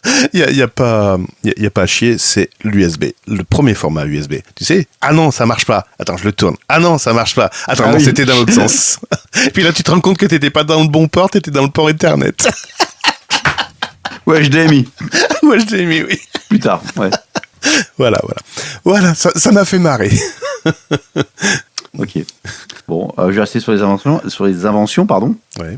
à chier. C'est l'USB, le premier format USB. Tu sais? Ah non, ça marche pas. Attends, je le tourne. Ah non, ça marche pas. Attends, non, c'était dans l'autre sens. Puis là, tu te rends compte que t'étais pas dans le bon port, t'étais dans le port Ethernet. Ouais, HDMI. Moi, je l'ai mis, oui. Plus tard, ouais. Voilà, ça m'a fait marrer. Ok. Bon, je vais rester sur les inventions, pardon. Ouais.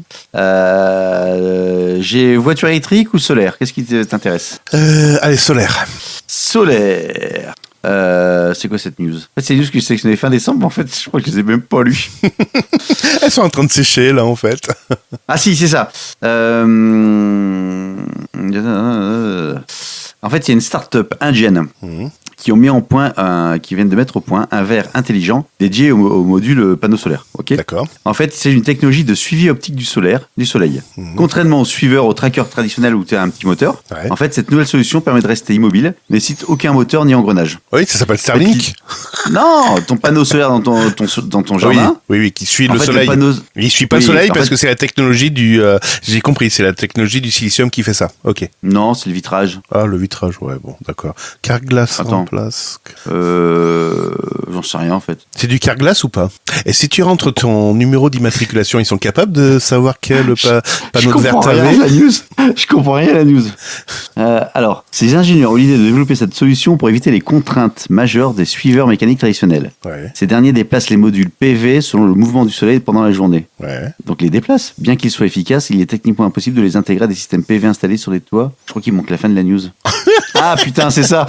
J'ai voiture électrique ou solaire? Qu'est-ce qui t'intéresse? Allez, solaire. Solaire. C'est quoi cette news? En fait, c'est une news que j'ai sélectionnée fin décembre, mais en fait, je crois que je les ai même pas lues. Elles sont en train de sécher, là, en fait. Ah si, c'est ça. En fait, il y a une start-up indienne qui viennent de mettre au point un verre intelligent dédié au module panneau solaire. Ok. D'accord. En fait, c'est une technologie de suivi optique du soleil. Contrairement au suiveur, au tracker traditionnel où tu as un petit moteur, Ouais. en fait, cette nouvelle solution permet de rester immobile, ne nécessite aucun moteur ni engrenage. Oui, ça s'appelle Starlink. Non, ton panneau solaire dans ton jardin. Oui, qui suit En le fait, soleil. Il suit pas Oui, le soleil en parce fait- que c'est la technologie du... j'ai compris, c'est la technologie du silicium qui fait ça. Ok. Non, c'est le vitrage. Ah, le vitrage, ouais, bon, d'accord. Carglass Attends. en place. J'en sais rien en fait. C'est du Carglass ou pas? Et si tu rentres ton numéro d'immatriculation, ils sont capables de savoir quel panneau de verre t'avais? la news. Je comprends rien à la news. Alors, ces ingénieurs ont l'idée de développer cette solution pour éviter les contraintes majeures des suiveurs mécaniques traditionnels. Ouais, Ces derniers déplacent les modules PV selon le mouvement du soleil pendant la journée. ouais. Donc les déplacent. Bien qu'ils soient efficaces, il est techniquement impossible de les intégrer à des systèmes PV installés sur les toits. Je crois qu'il manque la fin de la news. Ah putain, c'est ça.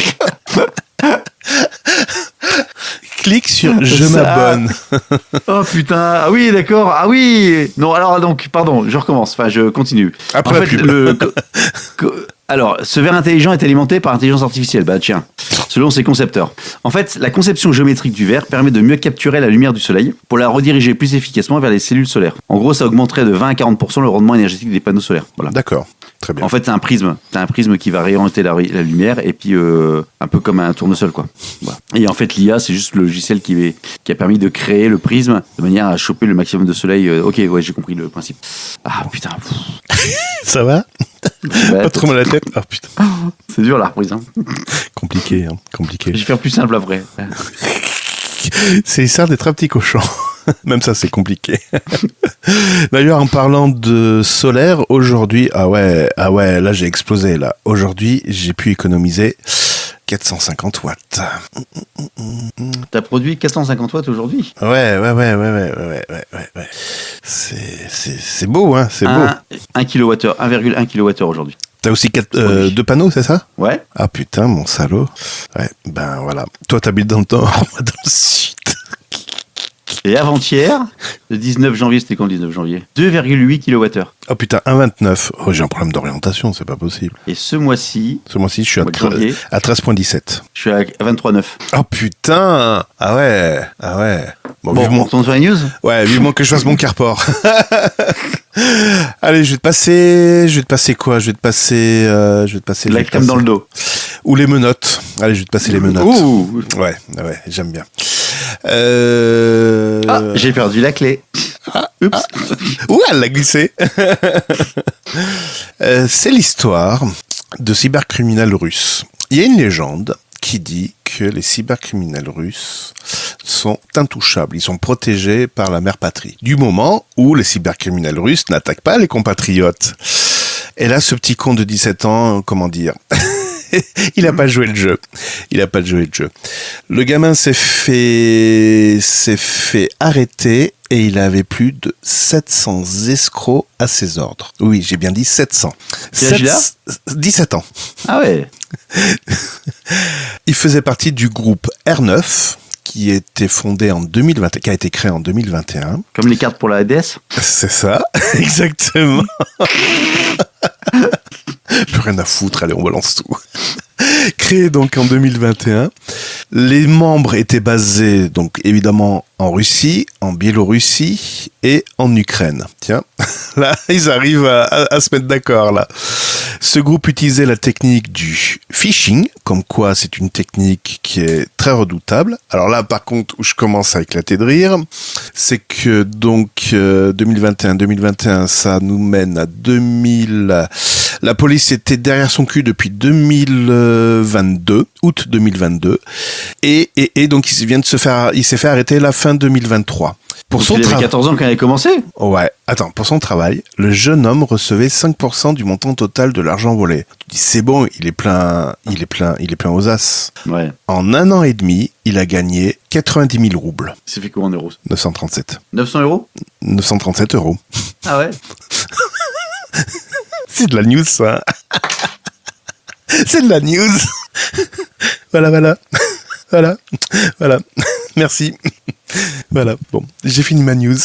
Clique sur je Ça. m'abonne. Oh putain, ah oui, d'accord, ah oui. Non, alors donc, pardon, je recommence, enfin je continue. Après en la fait, pub. alors, ce verre intelligent est alimenté par intelligence artificielle, bah tiens, selon ses concepteurs. En fait, la conception géométrique du verre permet de mieux capturer la lumière du soleil pour la rediriger plus efficacement vers les cellules solaires. En gros, ça augmenterait de 20 à 40% le rendement énergétique des panneaux solaires. Voilà. D'accord, très bien. En fait, c'est un prisme. T'as un prisme qui va réorienter la lumière et puis un peu comme un tournesol, quoi. Voilà. Et en fait, l'IA, c'est juste le logiciel qui a permis de créer le prisme de manière à choper le maximum de soleil. Ok, ouais, j'ai compris le principe. Ah putain. Ça va? Ouais, Pas trop mal à la tête? Ah putain, c'est dur la reprise. Hein. compliqué, hein, compliqué. Je vais faire plus simple après. C'est l'histoire d'être un petit cochon. Même ça, c'est compliqué. D'ailleurs, en parlant de solaire, aujourd'hui, ah ouais, là, j'ai explosé, là. Aujourd'hui, j'ai pu économiser 450 watts. T'as produit 450 watts aujourd'hui. Ouais. C'est beau, hein, c'est beau. 1 kWh, 1,1 kWh aujourd'hui. T'as aussi Oui. 2 panneaux, c'est ça? Ouais. Ah putain, mon salaud. Ouais, ben voilà. Toi, t'habites dans le nord, moi dans le sud. Et avant-hier, le 19 janvier, c'était quand le 19 janvier 2,8 kWh. Oh putain, 1,29. Oh, j'ai un problème d'orientation, c'est pas possible. Et ce mois-ci, Ce mois-ci, je suis Mois de janvier. à 13,17. je suis à 23,9. Oh putain. Ah ouais. Bon, Bon, on vivement, retourne sur les news. vivement que je fasse mon carport. Allez, je vais te passer quoi? Je vais te passer La crème dans le dos. ou les menottes. Allez, je vais te passer les menottes. Ouh. Ouais, j'aime bien. Ah, j'ai perdu la clé. Oups. Ouh, elle l'a glissé. C'est l'histoire de cybercriminels russes. Il y a une légende qui dit que les cybercriminels russes sont intouchables. Ils sont protégés par la mère patrie. Du moment où les cybercriminels russes n'attaquent pas les compatriotes. Et là, ce petit con de 17 ans, comment dire il a pas joué le jeu. Le gamin s'est fait arrêter et il avait plus de 700 escrocs à ses ordres. Oui, j'ai bien dit 700. Quel âge il a 17 ans. Ah ouais. Il faisait partie du groupe R9 qui était fondé en 2020, qui a été créé en 2021. Comme les cartes pour la DS. C'est ça, exactement. Plus rien à foutre, allez, on balance tout. Créé donc en 2021. Les membres étaient basés, donc évidemment, en Russie, en Biélorussie et en Ukraine. Tiens, là, ils arrivent à se mettre d'accord, là. Ce groupe utilisait la technique du phishing, comme quoi c'est une technique qui est très redoutable. Alors là, par contre, où je commence à éclater de rire, c'est que donc 2021, ça nous mène à 2000. La police était derrière son cul depuis 2022, août 2022, et donc il s'est fait arrêter la fin 2023. Pour son travail. Il avait 14 ans quand il a commencé. Ouais. Attends, pour son travail, le jeune homme recevait 5% du montant total de l'argent volé. Tu dis, c'est bon, il est plein aux as. Ouais. En 1 an et demi, il a gagné 90 000 roubles. Ça fait combien en euros? 937. 900 euros? 937 euros. Ah ouais? C'est de la news, ça. C'est de la news. Voilà. Merci. Voilà. Bon, j'ai fini ma news.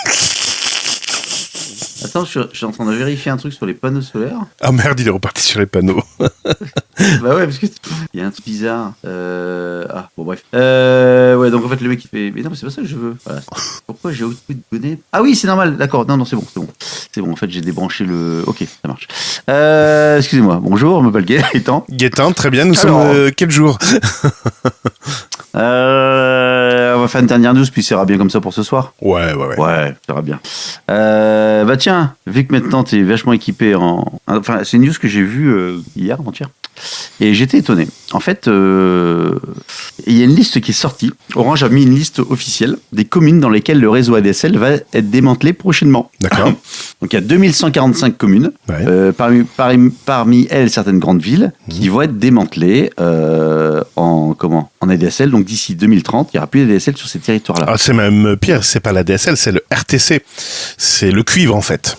Attends, je suis en train de vérifier un truc sur les panneaux solaires. Ah merde, il est reparti sur les panneaux. Bah ouais, parce que il y a un truc bizarre. Ah, bon bref. Ouais, donc en fait le mec il fait. Mais non, mais c'est pas ça que je veux. Voilà. Pourquoi j'ai autant de données? Ah oui, c'est normal. D'accord. Non, c'est bon. C'est bon. En fait, j'ai débranché le. Ok, ça marche. Excusez-moi. Bonjour, je m'appelle Gaëtan. Gaëtan, très bien. Nous sommes quel jour? On va faire une dernière news, puis ça ira bien comme ça pour ce soir. Ouais. Ouais, ça ira bien. Bah tiens, vu que maintenant t'es vachement équipé Enfin, c'est une news que j'ai vue hier, avant-hier. Et j'étais étonné. En fait, il y a une liste qui est sortie. Orange a mis une liste officielle des communes dans lesquelles le réseau ADSL va être démantelé prochainement. D'accord. Donc il y a 2145 communes, ouais. parmi elles certaines grandes villes, qui vont être démantelées en ADSL. Donc d'ici 2030, il n'y aura plus d'ADSL sur ces territoires-là. Ah, c'est même pire, c'est pas l'ADSL, c'est le RTC. C'est le cuivre en fait.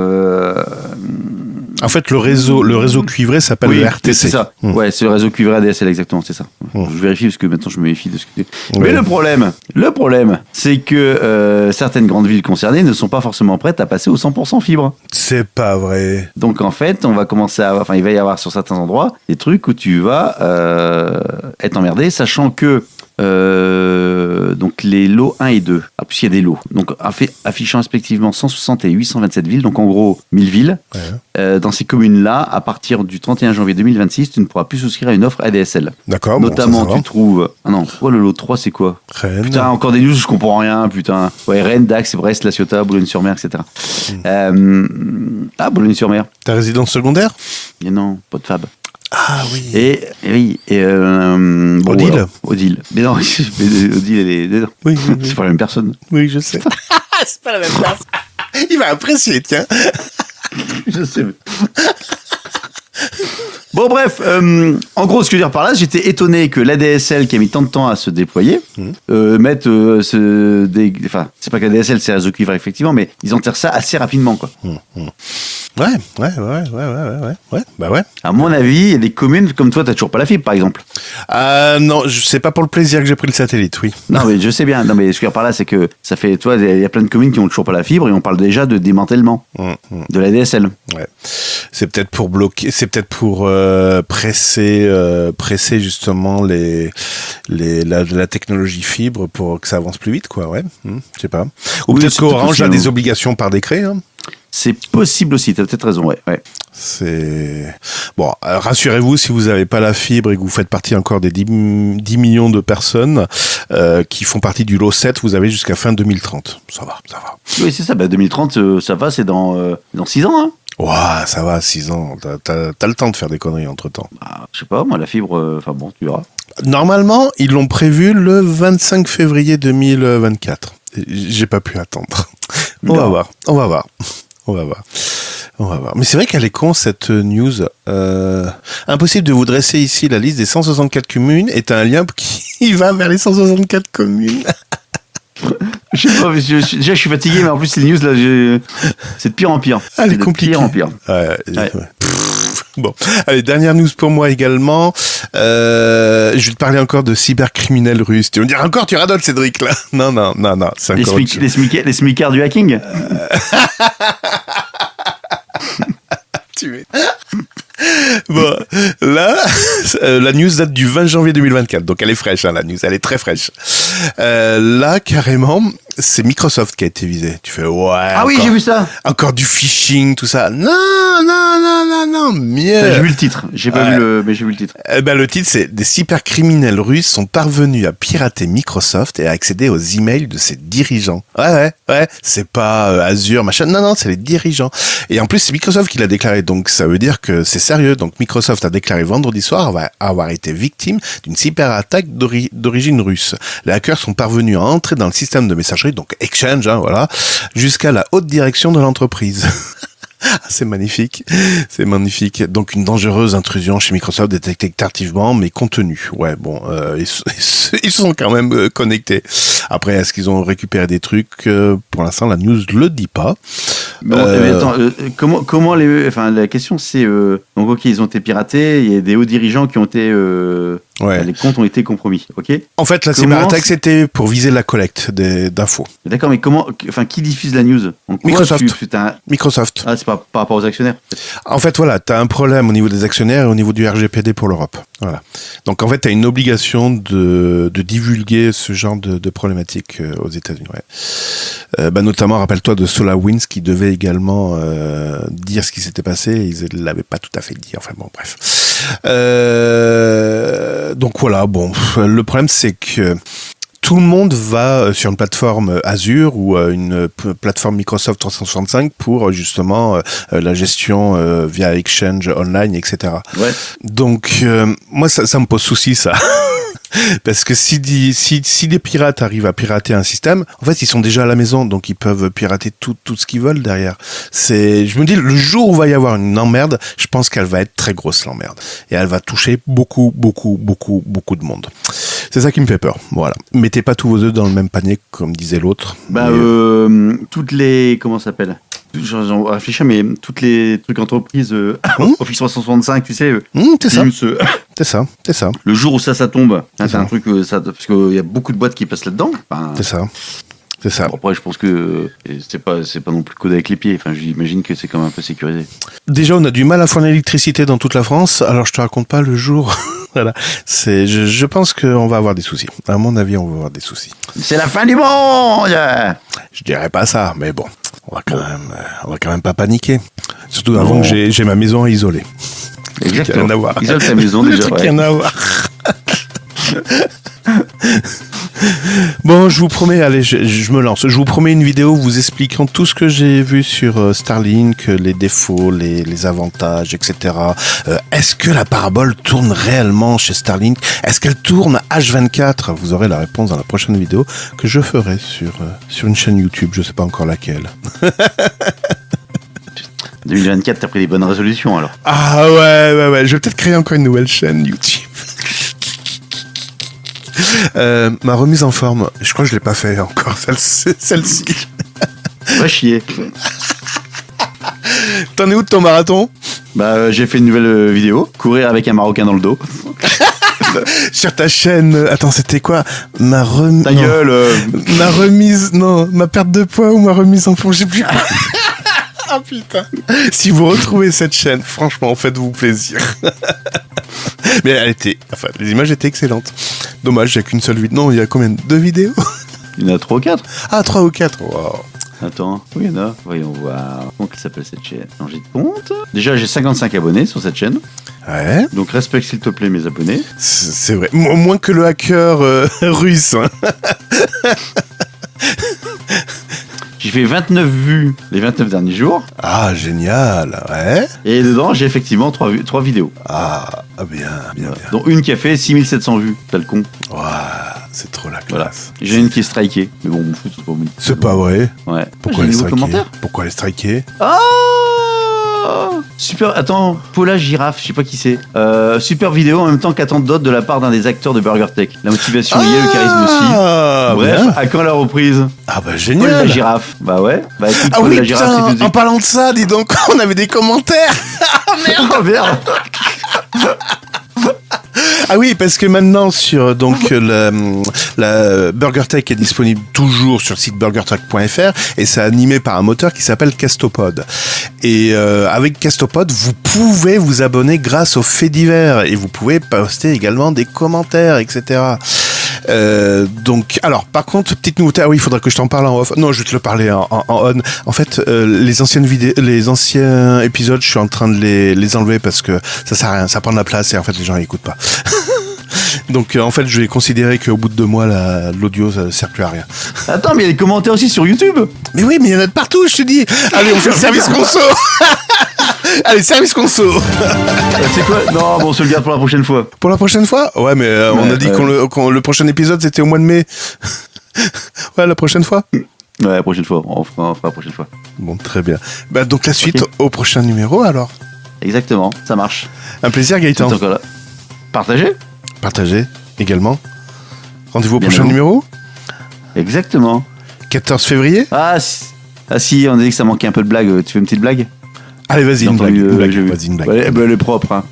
En fait, le réseau cuivré s'appelle le RTC. C'est ça. Ouais, c'est le réseau cuivré ADSL, exactement, c'est ça. Je vérifie parce que maintenant je me méfie de ce que tu dis. Mais le problème, c'est que certaines grandes villes concernées ne sont pas forcément prêtes à passer au 100% fibre. C'est pas vrai. Donc en fait, il va y avoir sur certains endroits des trucs où tu vas être emmerdé, sachant que donc les lots 1 et 2, puisqu'il y a des lots, donc affichant respectivement 160 et 827 villes, donc en gros 1000 villes. Ouais. Dans ces communes-là, à partir du 31 janvier 2026, tu ne pourras plus souscrire à une offre ADSL. D'accord. Notamment, tu trouves... Ah non, quoi, le lot 3, c'est quoi? Rennes. Putain, encore des news, je comprends rien, putain. Ouais, Rennes, Dax, Brest, La Ciotat, Boulogne-sur-Mer, etc. Boulogne-sur-Mer. Ta résidence secondaire? Mais non, pas de fab. Ah oui. Odile. Odile. Mais non, Odile, elle est. Oui. C'est pas la même personne. Oui, je sais. C'est pas la même personne. Il va apprécier, tiens. Je sais. Bon, bref, en gros, ce que je veux dire par là, j'étais étonné que l'ADSL qui a mis tant de temps à se déployer mette enfin, c'est pas que l'ADSL, c'est réseau cuivre, effectivement, mais ils enterrent ça assez rapidement, quoi. Ouais. Bah ouais. À mon avis, il y a des communes comme toi, t'as toujours pas la fibre, par exemple. Non, c'est pas pour le plaisir que j'ai pris le satellite, oui. Non, mais je sais bien. Non, mais ce que je veux dire par là, c'est que ça fait, toi, il y a plein de communes qui ont toujours pas la fibre et on parle déjà de démantèlement de la DSL. Ouais. C'est peut-être pour bloquer, c'est peut-être pour presser justement la technologie fibre pour que ça avance plus vite, quoi. Ouais. Je sais pas. Ou peut-être qu'Orange a des obligations par décret. Hein. C'est possible aussi, tu as peut-être raison, ouais. C'est... Bon, rassurez-vous, si vous n'avez pas la fibre et que vous faites partie encore des 10 millions de personnes qui font partie du lot 7, vous avez jusqu'à fin 2030. Ça va. Oui, c'est ça, 2030, ça va, c'est dans 6 ans, hein. Ouah, ça va, 6 ans. T'as le temps de faire des conneries entre-temps. Je sais pas, moi, la fibre, tu verras. Normalement, ils l'ont prévu le 25 février 2024. J'ai pas pu attendre. On va voir. Mais c'est vrai qu'elle est con, cette news. Impossible de vous dresser ici la liste des 164 communes et t'as un lien qui va vers les 164 communes. Je sais pas, déjà je suis fatigué, mais en plus les news là, c'est de pire en pire. Elle est compliquée. De pire en pire. Ouais. Bon, allez, dernière news pour moi également. Je vais te parler encore de cybercriminels russes. Tu vas me dire encore, tu radotes, Cédric, là. Non, c'est encore les smicards du hacking. Bon, là, la news date du 20 janvier 2024, donc elle est fraîche, hein, la news, elle est très fraîche. Là, carrément, c'est Microsoft qui a été visé. Tu fais, ouais. Ah oui, encore- j'ai vu ça. Encore du phishing, tout ça. Non, mieux. J'ai vu le titre. J'ai pas Ouais. vu mais j'ai vu le titre. Le titre, c'est « Des cybercriminels russes sont parvenus à pirater Microsoft et à accéder aux emails de ses dirigeants. » Ouais, c'est pas Azure, machin. Non, c'est les dirigeants. Et en plus, c'est Microsoft qui l'a déclaré. Donc, ça veut dire que c'est sérieux. Donc, Microsoft a déclaré vendredi soir avoir été victime d'une cyberattaque d'origine russe. Les hackers sont parvenus à entrer dans le système de messagerie, donc Exchange, hein, voilà, jusqu'à la haute direction de l'entreprise. C'est magnifique. Donc une dangereuse intrusion chez Microsoft détectée tardivement mais contenue. Ouais, bon, ils sont quand même connectés. Après, est-ce qu'ils ont récupéré des trucs? Pour l'instant, la news le dit pas. Bon, mais attends, comment la question c'est donc ok, ils ont été piratés, il y a des hauts dirigeants qui ont été Ouais. les comptes ont été compromis, ok. En fait, la Comment cyberattaque, c'était pour viser la collecte d'infos. D'accord, mais qui diffuse la news? En quoi Microsoft. Microsoft. Microsoft. Ah, c'est pas par rapport aux actionnaires. En fait, voilà, t'as un problème au niveau des actionnaires et au niveau du RGPD pour l'Europe. Voilà. Donc, en fait, t'as une obligation de divulguer ce genre de problématiques aux États-Unis. Ouais. Notamment, rappelle-toi de SolarWinds qui devait également dire ce qui s'était passé. Ils ne l'avaient pas tout à fait dit. Enfin bon, bref. Donc voilà, bon, le problème c'est que tout le monde va sur une plateforme Azure ou une plateforme Microsoft 365 pour justement la gestion via Exchange Online, etc. Ouais. Donc moi ça me pose souci ça. Parce que si des pirates arrivent à pirater un système, en fait, ils sont déjà à la maison, donc ils peuvent pirater tout ce qu'ils veulent derrière. Je me dis, le jour où il va y avoir une emmerde, je pense qu'elle va être très grosse, l'emmerde. Et elle va toucher beaucoup de monde. C'est ça qui me fait peur. Voilà. Mettez pas tous vos œufs dans le même panier, comme disait l'autre. Toutes les, comment ça s'appelle? J'en réfléchis, mais toutes les trucs entreprises, Office 365, tu sais, C'est ça. Teams, C'est ça. le jour où ça tombe, hein, C'est c'est ça. un truc, parce qu'il y a beaucoup de boîtes qui passent là-dedans. Enfin, C'est ça. bon, après, je pense que c'est pas non plus codé avec les pieds. Enfin, j'imagine que c'est quand même un peu sécurisé. Déjà, on a du mal à fournir l'électricité dans toute la France, alors je te raconte pas le jour. Voilà. Je pense qu'on va avoir des soucis. À mon avis, on va avoir des soucis. C'est la fin du monde! Je dirais pas ça, mais bon, on va quand même pas paniquer. Surtout avant que j'ai ma maison à isoler. Exactement. Rien à voir. Isole ta maison Le déjà. truc Ouais. rien à voir. Bon, je vous promets, allez, je me lance. Je vous promets une vidéo vous expliquant tout ce que j'ai vu sur Starlink, les défauts, les avantages, etc. Est-ce que la parabole tourne réellement chez Starlink? Est-ce qu'elle tourne H24? Vous aurez la réponse dans la prochaine vidéo que je ferai sur une chaîne YouTube. Je sais pas encore laquelle. 2024, t'as pris des bonnes résolutions alors. Ah ouais. Je vais peut-être créer encore une nouvelle chaîne YouTube. Ma remise en forme, je crois que je l'ai pas fait encore, celle-ci. Va chier. T'en es où de ton marathon? J'ai fait une nouvelle vidéo, courir avec un Marocain dans le dos. Sur ta chaîne, attends, c'était quoi? Ma remise, non, ma perte de poids ou ma remise en forme, je sais plus. Ah putain. Si vous retrouvez cette chaîne, franchement, faites-vous plaisir. Mais les images étaient excellentes. Dommage, il n'y a qu'une seule vidéo. Non, il y a combien? 2 vidéos? Il y en a 3 ou 4. Ah, 3 ou 4. Wow. Attends, oui, il y en a. Voyons voir. Comment s'appelle cette chaîne? Changer de compte. Déjà, j'ai 55 abonnés sur cette chaîne. Ouais. Donc, respecte s'il te plaît mes abonnés. C'est vrai. Moins que le hacker russe. Hein. J'ai fait 29 vues les 29 derniers jours. Ah, génial. Ouais. Et dedans, j'ai effectivement 3 vidéos. Ah, bien. Dont une qui a fait 6700 vues. T'as le con. Wow, c'est trop la classe. Voilà. J'ai une qui est strikée. Mais bon, on fout, c'est pas bon. C'est pas vrai. Ouais. Pourquoi J'ai elle est des nouveaux strikée? commentaires. Pourquoi elle est strikée? Oh super, attends, Paula Girafe, je sais pas qui c'est. Super vidéo en même temps qu'attente d'autres de la part d'un des acteurs de Burger Tech. La motivation y est, le charisme aussi. Ah, Bref, bien. à quand la reprise? Ah bah Paul génial. la Girafe. Bah ouais. Bah écoute, Ah Paul oui, la Girafe, c'est tout de putain, en suite. parlant de ça, dis donc, on avait des commentaires. Oh merde. Ah oui, parce que maintenant sur donc la BurgerTech est disponible toujours sur le site burgertech.fr et c'est animé par un moteur qui s'appelle Castopod. Et avec Castopod, vous pouvez vous abonner grâce aux faits divers et vous pouvez poster également des commentaires, etc. Donc, alors, par contre, petite nouveauté. Ah oui, il faudra que je t'en parle en off. Non, je vais te le parler en on. En fait, les anciens épisodes, je suis en train de les enlever parce que ça sert à rien, ça prend de la place et en fait, les gens n'écoutent pas. Donc, en fait, je vais considérer qu'au bout de 2 mois, l'audio, ça ne sert plus à rien. Attends, mais il y a des commentaires aussi sur YouTube. Mais oui, mais il y en a de partout, je te dis. Allez, on fait le service conso. Allez, service conso. C'est quoi? Non, bon, on se le garde pour la prochaine fois. Pour la prochaine fois? Ouais, mais on a dit qu'on le prochain épisode, c'était au mois de mai. Ouais, la prochaine fois? Ouais, la prochaine fois. On fera la prochaine fois. Bon, très bien. Bah, donc la suite au prochain numéro, alors. Exactement, ça marche. Un plaisir, Gaëtan. Encore là. Partagez également. Rendez-vous au Bien prochain à vous. numéro. Exactement. 14 février. Ah si, on a dit que ça manquait un peu de blague. Tu veux une petite blague? Allez, vas-y, une blague. Vas-y, une blague. Ouais, elle est propre. Hein.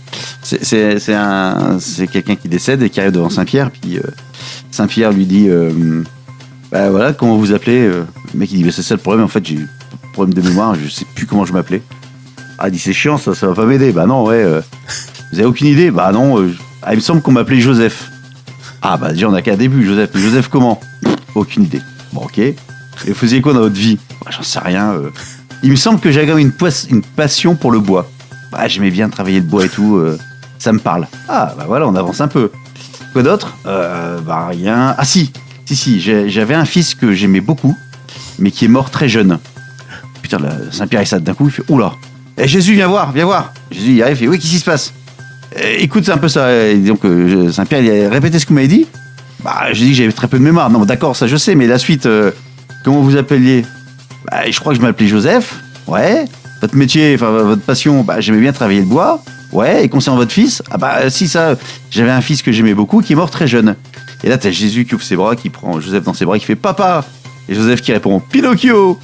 C'est quelqu'un qui décède et qui arrive devant Saint-Pierre. Puis Saint-Pierre lui dit bah voilà, comment vous appelez? Le mec il dit bah, c'est ça le problème. En fait, j'ai un problème de mémoire. Je sais plus comment je m'appelais. Ah, il dit c'est chiant, ça va pas m'aider. Bah non, ouais. Vous avez aucune idée? Bah non. Il me semble qu'on m'appelait Joseph. Ah bah déjà on a qu'à début. Joseph comment? Aucune idée. Bon, ok. Et vous faisiez quoi dans votre vie? Bah, j'en sais rien. Il me semble que j'avais quand même une passion pour le bois. Bah, j'aimais bien travailler le bois et tout. Ça me parle. Ah, bah voilà, on avance un peu. Quoi d'autre? Bah rien. Ah si. J'avais un fils que j'aimais beaucoup, mais qui est mort très jeune. Putain, là, Saint-Pierre il s'arrête d'un coup, il fait oula. Eh Jésus, viens voir. Jésus il arrive, il fait oui, qu'est-ce qui se passe? Écoute, c'est un peu ça. Et donc Saint-Pierre il a répété ce que vous m'avez dit. Bah, j'ai dit que j'avais très peu de mémoire. Non, d'accord, ça je sais, mais la suite, comment vous appeliez? Bah, je crois que je m'appelais Joseph. Ouais. Votre métier, enfin votre passion, bah, j'aimais bien travailler le bois. Ouais. Et concernant votre fils, ah bah si ça, j'avais un fils que j'aimais beaucoup qui est mort très jeune. Et là, t'as Jésus qui ouvre ses bras, qui prend Joseph dans ses bras, qui fait papa. Et Joseph qui répond Pinocchio.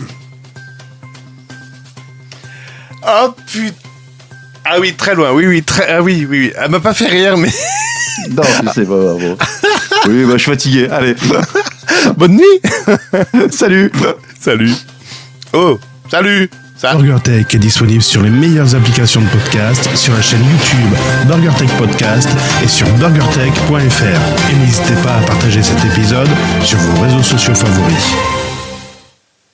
Oh putain. Ah oui, très loin. Oui. Ah oui. Elle m'a pas fait rire, mais. Non, c'est pas bon. Oui, bah je suis fatigué. Allez. Bonne nuit. Salut. Oh, salut. BurgerTech est disponible sur les meilleures applications de podcast, sur la chaîne YouTube BurgerTech Podcast et sur burgertech.fr. Et n'hésitez pas à partager cet épisode sur vos réseaux sociaux favoris.